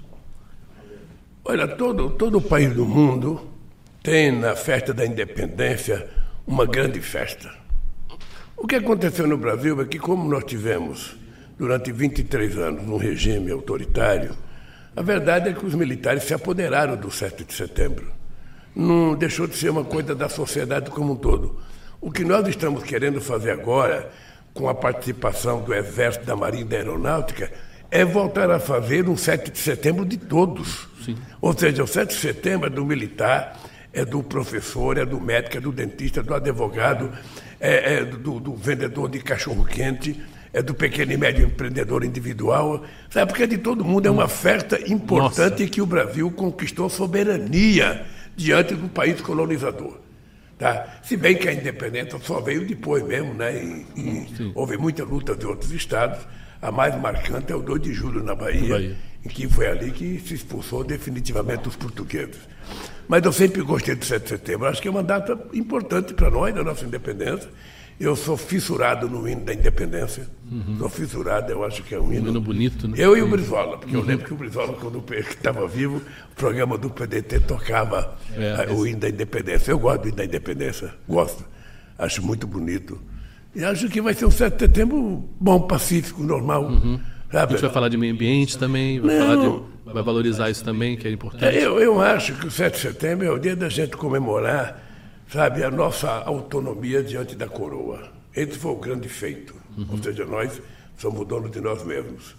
Olha, todo, todo o país do mundo tem na festa da independência uma grande festa. O que aconteceu no Brasil é que, como nós tivemos durante vinte e três anos um regime autoritário, a verdade é que os militares se apoderaram do sete de setembro. Não deixou de ser uma coisa da sociedade como um todo. O que nós estamos querendo fazer agora, com a participação do Exército, da Marinha e da Aeronáutica, é voltar a fazer um sete de setembro de todos. Sim. Ou seja, o sete de setembro é do militar, é do professor, é do médico, é do dentista, é do advogado, é, é do, do vendedor de cachorro-quente, é do pequeno e médio empreendedor individual, sabe? Porque é de todo mundo, é uma festa importante. Nossa. Que o Brasil conquistou soberania diante do país colonizador. Tá? Se bem que a independência só veio depois mesmo, né? E, e houve muita luta de outros estados. A mais marcante é o dois de julho na Bahia, Bahia, em que foi ali que se expulsou definitivamente os portugueses. Mas eu sempre gostei do sete de setembro. Acho que é uma data importante para nós, da nossa independência. Eu sou fissurado no hino da independência. Uhum. Sou fissurado, eu acho que é um hino... Um hino bonito, né? Eu e o Brizola, porque uhum. eu lembro que o Brizola, quando estava vivo, o programa do P D T tocava é, o hino da independência. Eu gosto do hino da independência, gosto. Acho muito bonito. E acho que vai ser um sete de setembro bom, pacífico, normal. Uhum. A gente vai falar de meio ambiente também, vai, falar de, vai valorizar isso também, que é importante. É, eu, eu acho que o sete de setembro é o dia da gente comemorar, sabe, a nossa autonomia diante da coroa. Esse foi o grande feito. Uhum. Ou seja, nós somos donos de nós mesmos.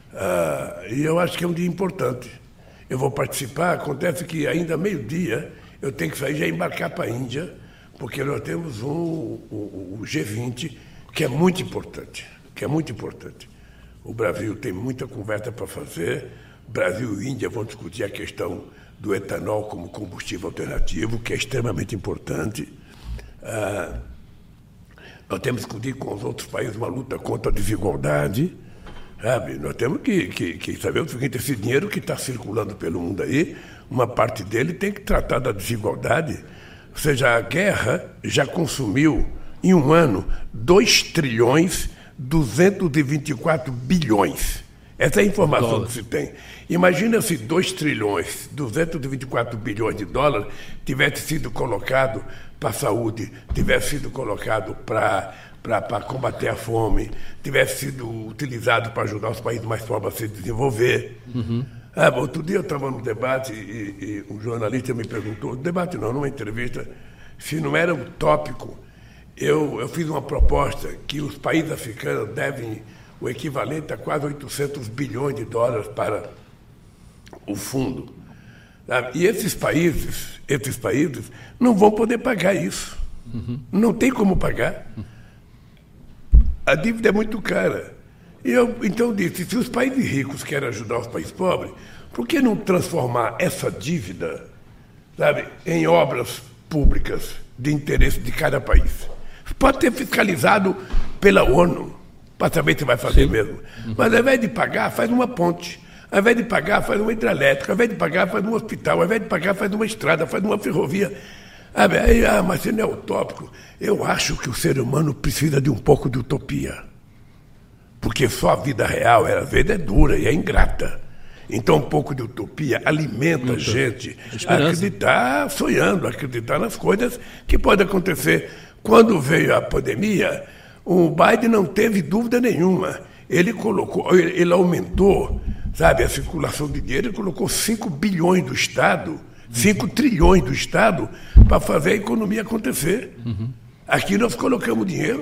Ah, e eu acho que é um dia importante. Eu vou participar, acontece que ainda meio-dia eu tenho que sair e já embarcar para a Índia, porque nós temos um, o, o G vinte, que é muito importante, que é muito importante. O Brasil tem muita conversa para fazer. Brasil e Índia vão discutir a questão do etanol como combustível alternativo, que é extremamente importante. Ah, nós temos que discutir com os outros países uma luta contra a desigualdade. Sabe? Nós temos que, que, que saber o seguinte, esse dinheiro que está circulando pelo mundo aí, uma parte dele tem que tratar da desigualdade. Ou seja, a guerra já consumiu, em um ano, dois trilhões duzentos e vinte e quatro bilhões Essa é a informação dólar. que se tem. Imagina se dois trilhões, duzentos e vinte e quatro bilhões de dólares tivesse sido colocado para a saúde, tivesse sido colocado para para combater a fome, tivesse sido utilizado para ajudar os países mais pobres a se desenvolver. Uhum. Ah, outro dia eu estava num debate e, e um jornalista me perguntou, debate não, numa entrevista, se não era utópico, eu, eu fiz uma proposta que os países africanos devem o equivalente a quase oitocentos bilhões de dólares para o fundo. Ah, e esses países, esses países não vão poder pagar isso. Uhum. Não tem como pagar. A dívida é muito cara. E eu, então, disse, se os países ricos querem ajudar os países pobres, por que não transformar essa dívida, sabe, em obras públicas de interesse de cada país? Pode ser fiscalizado pela ONU, para saber se vai fazer Sim. mesmo. Uhum. Mas, ao invés de pagar, faz uma ponte. Ao invés de pagar, faz uma hidrelétrica. Ao invés de pagar, faz um hospital. Ao invés de pagar, faz uma estrada, faz uma ferrovia. Ah, aí, ah, mas você não é utópico. Eu acho que o ser humano precisa de um pouco de utopia. Porque só a vida real, às vezes, é dura e é ingrata. Então, um pouco de utopia alimenta Muito. a gente a acreditar, sonhando, acreditar nas coisas que podem acontecer. Quando veio a pandemia, o Biden não teve dúvida nenhuma. Ele colocou, ele aumentou, sabe, a circulação de dinheiro, ele colocou cinco bilhões do Estado, cinco trilhões do Estado para fazer a economia acontecer. Uhum. Aqui nós colocamos dinheiro,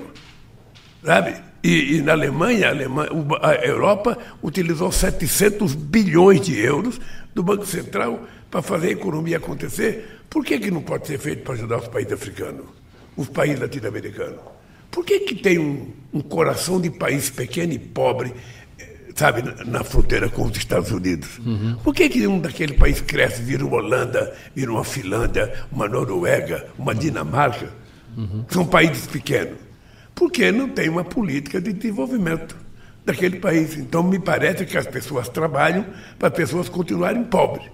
sabe? E, e na Alemanha, a, Alemanha, a Europa utilizou setecentos bilhões de euros do Banco Central para fazer a economia acontecer. Por que que não pode ser feito para ajudar os países africanos, os países latino-americanos? Por que que tem um, um coração de país pequeno e pobre, sabe, na, na fronteira com os Estados Unidos? Uhum. Por que que um daquele país cresce, vira uma Holanda, vira uma Finlândia, uma Noruega, uma Dinamarca? Uhum. São países pequenos. Porque não tem uma política de desenvolvimento daquele país. Então, me parece que as pessoas trabalham para as pessoas continuarem pobres.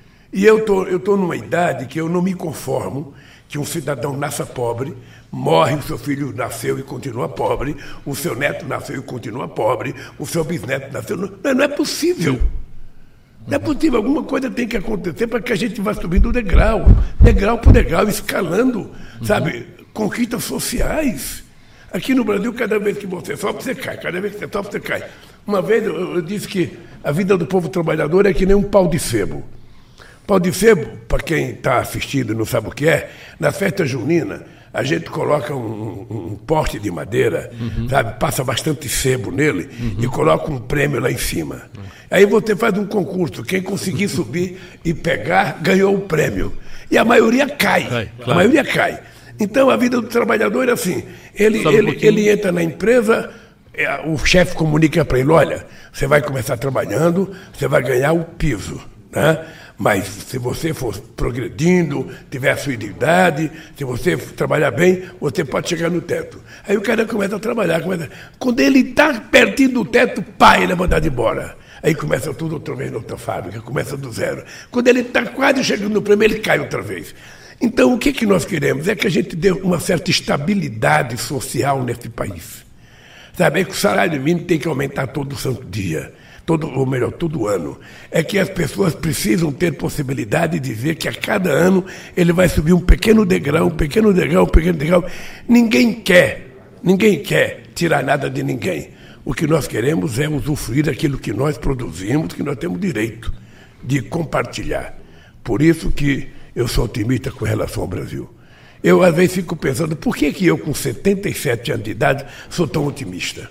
E eu tô, eu estou numa idade que eu não me conformo que um cidadão nasça pobre, morre, o seu filho nasceu e continua pobre, o seu neto nasceu e continua pobre, o seu bisneto nasceu... Não, não é possível. Não é possível. Alguma coisa tem que acontecer para que a gente vá subindo degrau, degrau por degrau, escalando, sabe, conquistas sociais. Aqui no Brasil, cada vez que você sobe, você cai. Cada vez que você sobe, você cai. Uma vez eu, eu disse que a vida do povo trabalhador é que nem um pau de sebo. Pau de sebo, para quem está assistindo e não sabe o que é, na festa junina, a gente coloca um, um, um poste de madeira, uhum. sabe, passa bastante sebo nele uhum. e coloca um prêmio lá em cima. Uhum. Aí você faz um concurso, quem conseguir subir e pegar, ganhou o prêmio. E a maioria cai, cai claro. a maioria cai. Então, a vida do trabalhador é assim, ele, ele, um ele entra na empresa, o chefe comunica para ele, olha, você vai começar trabalhando, você vai ganhar o piso, né? Mas se você for progredindo, tiver a sua idade, se você trabalhar bem, você pode chegar no teto. Aí o cara começa a trabalhar, começa... quando ele está pertinho do teto, pá, ele é mandado embora. Aí começa tudo outra vez na outra fábrica, começa do zero. Quando ele está quase chegando no prêmio, ele cai outra vez. Então, o que, que nós queremos? É que a gente dê uma certa estabilidade social nesse país. Sabe, é que o salário mínimo tem que aumentar todo santo dia, todo, ou melhor, todo ano. É que as pessoas precisam ter possibilidade de ver que a cada ano ele vai subir um pequeno degrau, um pequeno degrau, um pequeno degrau. Ninguém quer, ninguém quer tirar nada de ninguém. O que nós queremos é usufruir daquilo que nós produzimos, que nós temos direito de compartilhar. Por isso que eu sou otimista com relação ao Brasil. Eu, às vezes, fico pensando, por que que eu, com setenta e sete anos de idade, sou tão otimista?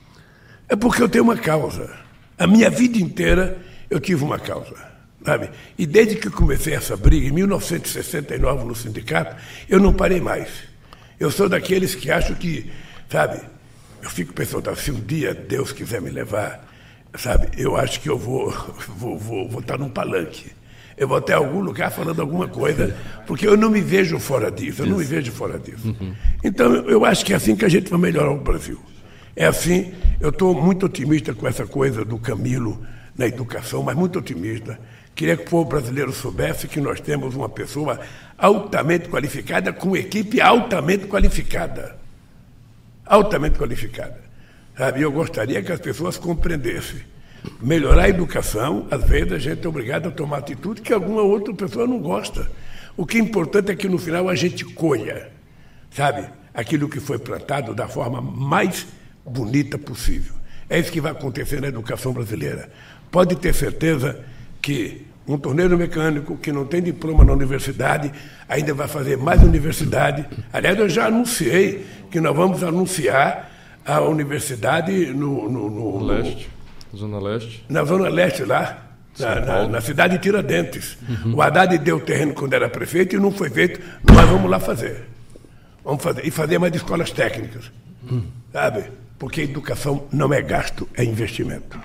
É porque eu tenho uma causa. A minha vida inteira, eu tive uma causa, sabe? E desde que comecei essa briga, em mil novecentos e sessenta e nove, no sindicato, eu não parei mais. Eu sou daqueles que acham que, sabe, eu fico pensando, se um dia Deus quiser me levar, sabe, eu acho que eu vou, vou, vou, vou estar num palanque. Eu vou até algum lugar falando alguma coisa, porque eu não me vejo fora disso, eu não me vejo fora disso. Uhum. Então, eu acho que é assim que a gente vai melhorar o Brasil. É assim, eu estou muito otimista com essa coisa do Camilo na educação, mas muito otimista. Queria que o povo brasileiro soubesse que nós temos uma pessoa altamente qualificada, com equipe altamente qualificada. Altamente qualificada. Sabe? Eu gostaria que as pessoas compreendessem. melhorar a educação, às vezes a gente é obrigado a tomar atitude que alguma outra pessoa não gosta. O que é importante é que no final a gente colha, sabe, aquilo que foi plantado da forma mais bonita possível. É isso que vai acontecer na educação brasileira. Pode ter certeza que um torneiro mecânico que não tem diploma na universidade ainda vai fazer mais universidade. Aliás, eu já anunciei que nós vamos anunciar a universidade no, no, no, no leste, no, Zona Leste. Na Zona Leste, lá, na, na, na cidade de Tiradentes. Uhum. O Haddad deu terreno quando era prefeito e não foi feito. Nós vamos lá fazer. Vamos fazer. E fazer mais escolas técnicas. Uhum. Sabe? Porque educação não é gasto, é investimento.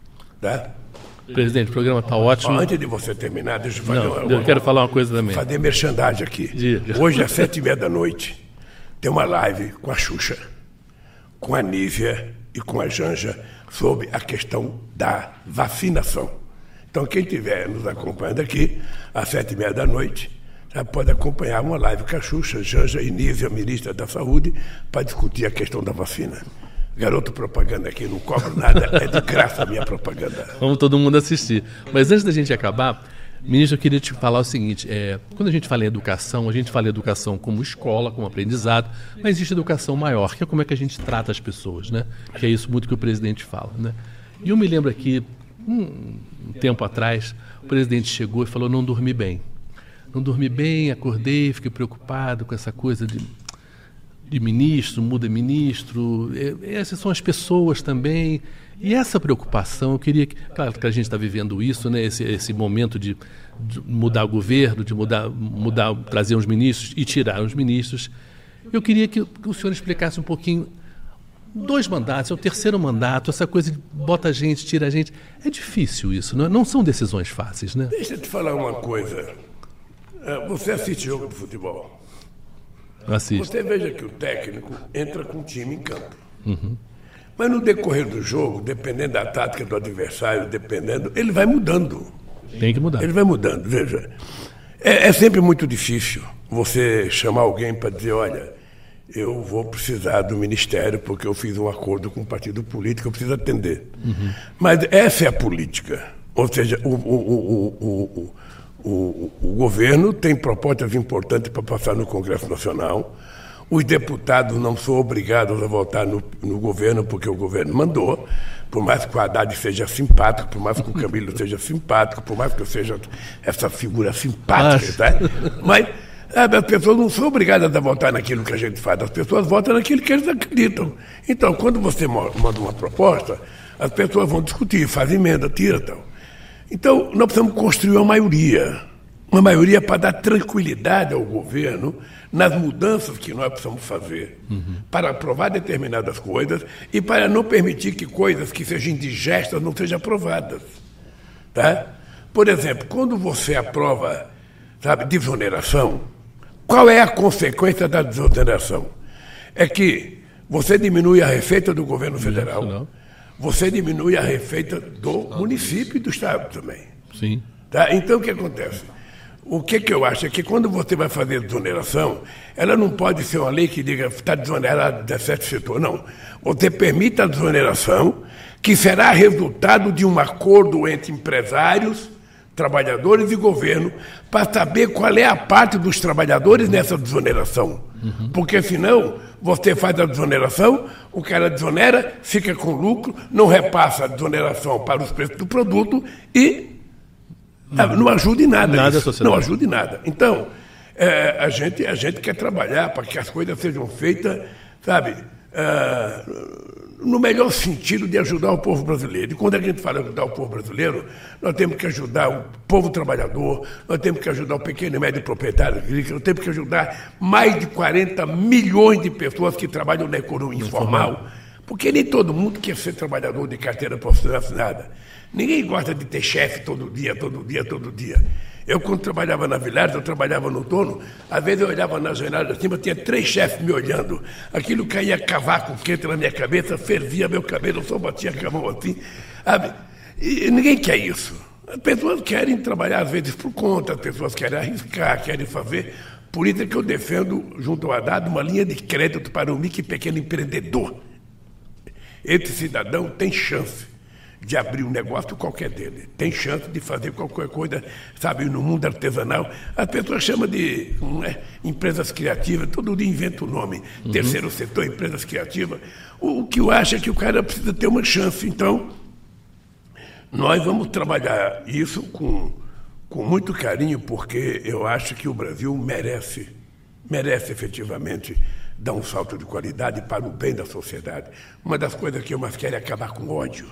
Tá? Presidente, o programa está ótimo. Antes de você terminar, deixa eu fazer não, uma, eu uma, quero falar uma coisa também. Fazer merchandising aqui. Diga. Hoje, às sete e meia da noite, tem uma live com a Xuxa, com a Nízia e com a Janja sobre a questão da vacinação. Então, quem estiver nos acompanhando aqui, às sete e meia da noite, já pode acompanhar uma live com a Xuxa, Janja e Nízia, ministra da Saúde, para discutir a questão da vacina. Garoto propaganda aqui, não cobro nada, é de graça a minha propaganda. Vamos todo mundo assistir. Mas antes da gente acabar, ministro, eu queria te falar o seguinte, é, quando a gente fala em educação, a gente fala em educação como escola, como aprendizado, mas existe educação maior, que é como é que a gente trata as pessoas, né? Que é isso muito que o presidente fala, né? E eu me lembro aqui, um, um tempo atrás, o presidente chegou e falou, não dormi bem. Não dormi bem, acordei, fiquei preocupado com essa coisa de... de ministro, muda ministro, essas são as pessoas também. E essa preocupação, eu queria que... Claro que a gente está vivendo isso, né? esse, esse momento de, de mudar o governo, de mudar, mudar, trazer uns ministros e tirar os ministros. Eu queria que, que o senhor explicasse um pouquinho, dois mandatos, é o terceiro mandato, essa coisa de bota a gente, tira a gente. É difícil isso, não, é? Não são decisões fáceis, né? Deixa eu te falar uma coisa. Você assiste jogo de futebol? Assiste. Você veja que o técnico entra com o time em campo. Uhum. Mas no decorrer do jogo, dependendo da tática do adversário, dependendo, ele vai mudando. Tem que mudar. Ele vai mudando, veja. É, é sempre muito difícil você chamar alguém para dizer, olha, eu vou precisar do ministério porque eu fiz um acordo com um partido político, eu preciso atender. Uhum. Mas essa é a política. Ou seja, o, o, o, o, o O, o governo tem propostas importantes para passar no Congresso Nacional. Os deputados não são obrigados a votar no, no governo porque o governo mandou. Por mais que o Haddad seja simpático, por mais que o Camilo seja simpático, por mais que eu seja essa figura simpática, tá? Mas sabe, as pessoas não são obrigadas a votar naquilo que a gente faz. As pessoas votam naquilo que eles acreditam. Então, quando você manda uma proposta, as pessoas vão discutir, fazem emenda, tira e tal. Então, nós precisamos construir uma maioria, uma maioria para dar tranquilidade ao governo nas mudanças que nós precisamos fazer, uhum. para aprovar determinadas coisas e para não permitir que coisas que sejam indigestas não sejam aprovadas. Tá? Por exemplo, quando você aprova, sabe, desoneração, qual é a consequência da desoneração? É que você diminui a receita do governo federal. Não, não. Você diminui a receita do município e do estado também. Sim. Tá? Então, o que acontece? O que, que eu acho é que quando você vai fazer desoneração, ela não pode ser uma lei que diga que está desonerado de certo setor, não. Você permite a desoneração, que será resultado de um acordo entre empresários, trabalhadores e governo, para saber qual é a parte dos trabalhadores nessa desoneração. Uhum. Porque senão, você faz a desoneração, o cara desonera, fica com lucro, não repassa a desoneração para os preços do produto e uhum. não ajuda em nada. Nada isso. Não ajuda em nada. Então, é, a, gente, a gente quer trabalhar para que as coisas sejam feitas, sabe, é, no melhor sentido de ajudar o povo brasileiro. E quando a gente fala em ajudar o povo brasileiro, nós temos que ajudar o povo trabalhador, nós temos que ajudar o pequeno e médio proprietário agrícola, nós temos que ajudar mais de quarenta milhões de pessoas que trabalham na economia informal, porque nem todo mundo quer ser trabalhador de carteira profissional assinada. Ninguém gosta de ter chefe todo dia, todo dia, todo dia. Eu, quando trabalhava na Villares, eu trabalhava no outono, às vezes eu olhava na janela de cima, tinha três chefes me olhando. Aquilo caía cavaco quente na minha cabeça, fervia meu cabelo, eu só batia com a mão assim, sabe? E ninguém quer isso. As pessoas querem trabalhar, às vezes, por conta, as pessoas querem arriscar, querem fazer. Por isso é que eu defendo, junto ao Haddad, uma linha de crédito para o micro e pequeno empreendedor. Esse cidadão tem chance de abrir um negócio qualquer dele. Tem chance de fazer qualquer coisa, sabe, no mundo artesanal. As pessoas chamam de né, empresas criativas, todo dia inventa o um nome. Uhum. Terceiro setor, empresas criativas. O, o que eu acho é que o cara precisa ter uma chance. Então, nós vamos trabalhar isso com, com muito carinho, porque eu acho que o Brasil merece, merece efetivamente dar um salto de qualidade para o bem da sociedade. Uma das coisas que eu mais quero é acabar com ódio.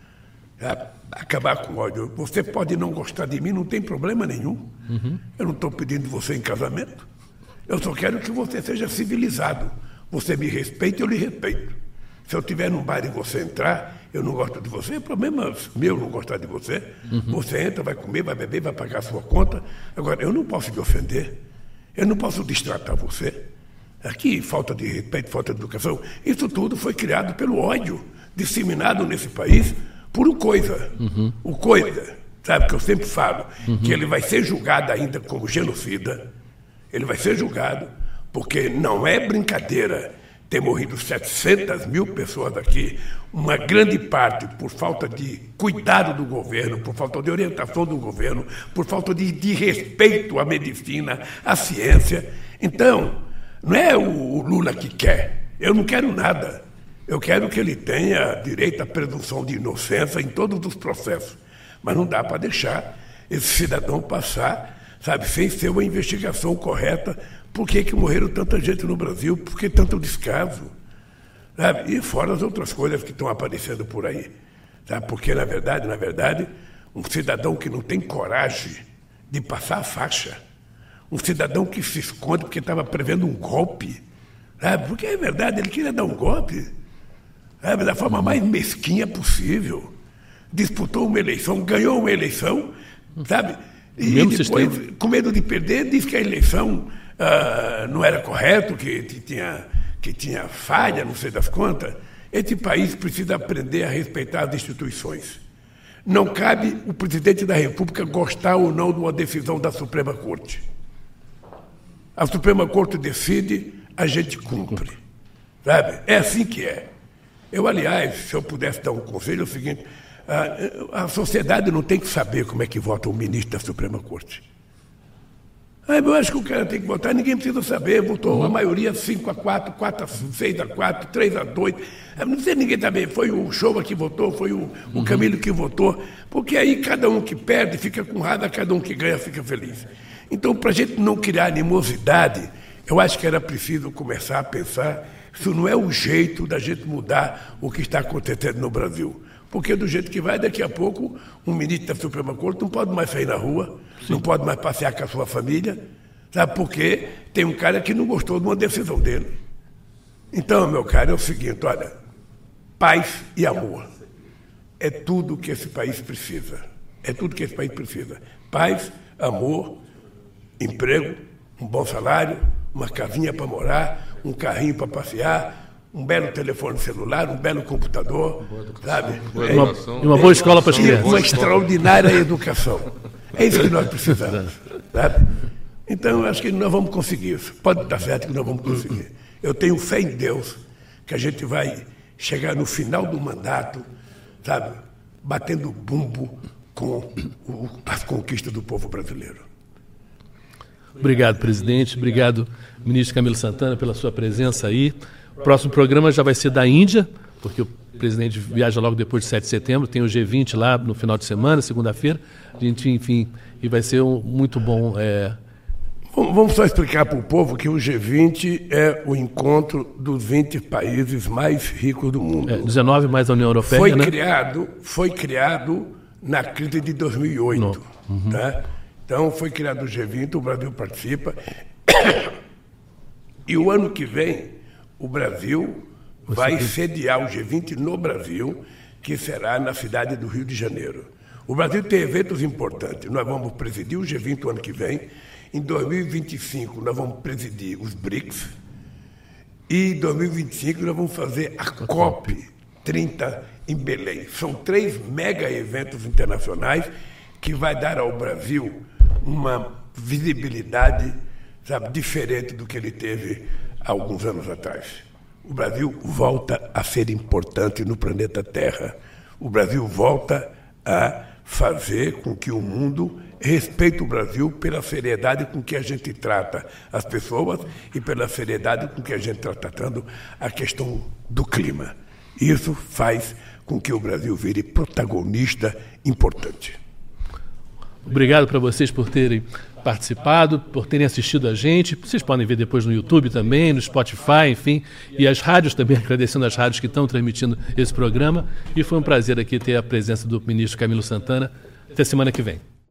É acabar com ódio. Você pode não gostar de mim, não tem problema nenhum. Uhum. Eu não estou pedindo você em casamento. Eu só quero que você seja civilizado. Você me respeita, eu lhe respeito. Se eu estiver num bar e você entrar, eu não gosto de você, é problema meu não gostar de você. Uhum. Você entra, vai comer, vai beber, vai pagar a sua conta. Agora, eu não posso te ofender. Eu não posso destratar você. Aqui, falta de respeito, falta de educação. Isso tudo foi criado pelo ódio disseminado nesse país por o Coisa. Uhum. O Coisa, sabe, que eu sempre falo, uhum. que ele vai ser julgado ainda como genocida. Ele vai ser julgado, porque não é brincadeira ter morrido setecentas mil pessoas aqui, uma grande parte por falta de cuidado do governo, por falta de orientação do governo, por falta de, de respeito à medicina, à ciência. Então, não é o Lula que quer. Eu não quero nada. Eu quero que ele tenha direito à presunção de inocência em todos os processos. Mas não dá para deixar esse cidadão passar, sabe, sem ser uma investigação correta. Por que que morreram tanta gente no Brasil? Por que tanto descaso? Sabe? E fora as outras coisas que estão aparecendo por aí. Sabe? Porque, na verdade, na verdade, um cidadão que não tem coragem de passar a faixa, um cidadão que se esconde porque estava prevendo um golpe. Sabe? Porque é verdade, ele queria dar um golpe, sabe? Da forma mais mesquinha possível. Disputou uma eleição, ganhou uma eleição, sabe? E depois, sistema. com medo de perder, disse que a eleição uh, não era correta, que, que, tinha, que tinha falha, não sei das contas. Esse país precisa aprender a respeitar as instituições. Não cabe o presidente da República gostar ou não de uma decisão da Suprema Corte. A Suprema Corte decide, a gente cumpre. Sabe? É assim que é. Eu, aliás, se eu pudesse dar um conselho, é o seguinte, a, a sociedade não tem que saber como é que vota o ministro da Suprema Corte. Ah, eu acho que o cara tem que votar, ninguém precisa saber. Votou a maioria cinco a quatro, quatro a seis a quatro, três a dois. Não sei ninguém também. Foi o Showa que votou, foi o, o Camilo que votou. Porque aí cada um que perde fica com raiva, cada um que ganha fica feliz. Então, para a gente não criar animosidade, eu acho que era preciso começar a pensar se não é o jeito da gente mudar o que está acontecendo no Brasil. Porque do jeito que vai, daqui a pouco, um ministro da Suprema Corte não pode mais sair na rua, Sim. não pode mais passear com a sua família, sabe por quê? Tem um cara que não gostou de uma decisão dele. Então, meu caro, é o seguinte, olha, paz e amor. É tudo que esse país precisa. É tudo que esse país precisa. Paz, amor, emprego, um bom salário, uma casinha para morar, um carrinho para passear, um belo telefone celular, um belo computador, sabe? Boa educação. E uma boa escola para as crianças. Uma extraordinária educação. É isso que nós precisamos, sabe? Então, eu acho que nós vamos conseguir isso. Pode estar certo que nós vamos conseguir. Eu tenho fé em Deus que a gente vai chegar no final do mandato, sabe? Batendo bumbo com o, as conquistas do povo brasileiro. Obrigado, presidente. Obrigado, ministro Camilo Santana, pela sua presença aí. O próximo programa já vai ser da Índia, porque o presidente viaja logo depois de sete de setembro, tem o G vinte lá no final de semana, segunda-feira. A gente, enfim, e vai ser um, muito bom. É... Vamos só explicar para o povo que o G vinte é o encontro dos vinte países mais ricos do mundo. É, dezenove mais a União Europeia, foi né? Criado, foi criado na crise de dois mil e oito. Uhum. Tá? Então, foi criado o G vinte, o Brasil participa. E o ano que vem, o Brasil Você vai tem... sediar o G vinte no Brasil, que será na cidade do Rio de Janeiro. O Brasil tem eventos importantes. Nós vamos presidir o G vinte o ano que vem. Em dois mil e vinte e cinco, nós vamos presidir os BRICS. E em dois mil e vinte e cinco, nós vamos fazer a COP trinta em Belém. São três mega eventos internacionais que vai dar ao Brasil uma visibilidade, sabe, diferente do que ele teve há alguns anos atrás. O Brasil volta a ser importante no planeta Terra. o Brasil volta a fazer com que o mundo respeite o Brasil pela seriedade com que a gente trata as pessoas e pela seriedade com que a gente está tratando a questão do clima. Isso faz com que o Brasil vire protagonista importante. Obrigado para vocês por terem participado, por terem assistido a gente. Vocês podem ver depois no YouTube também, no Spotify, enfim, e as rádios também, agradecendo as rádios que estão transmitindo esse programa. E foi um prazer aqui ter a presença do ministro Camilo Santana. Até semana que vem.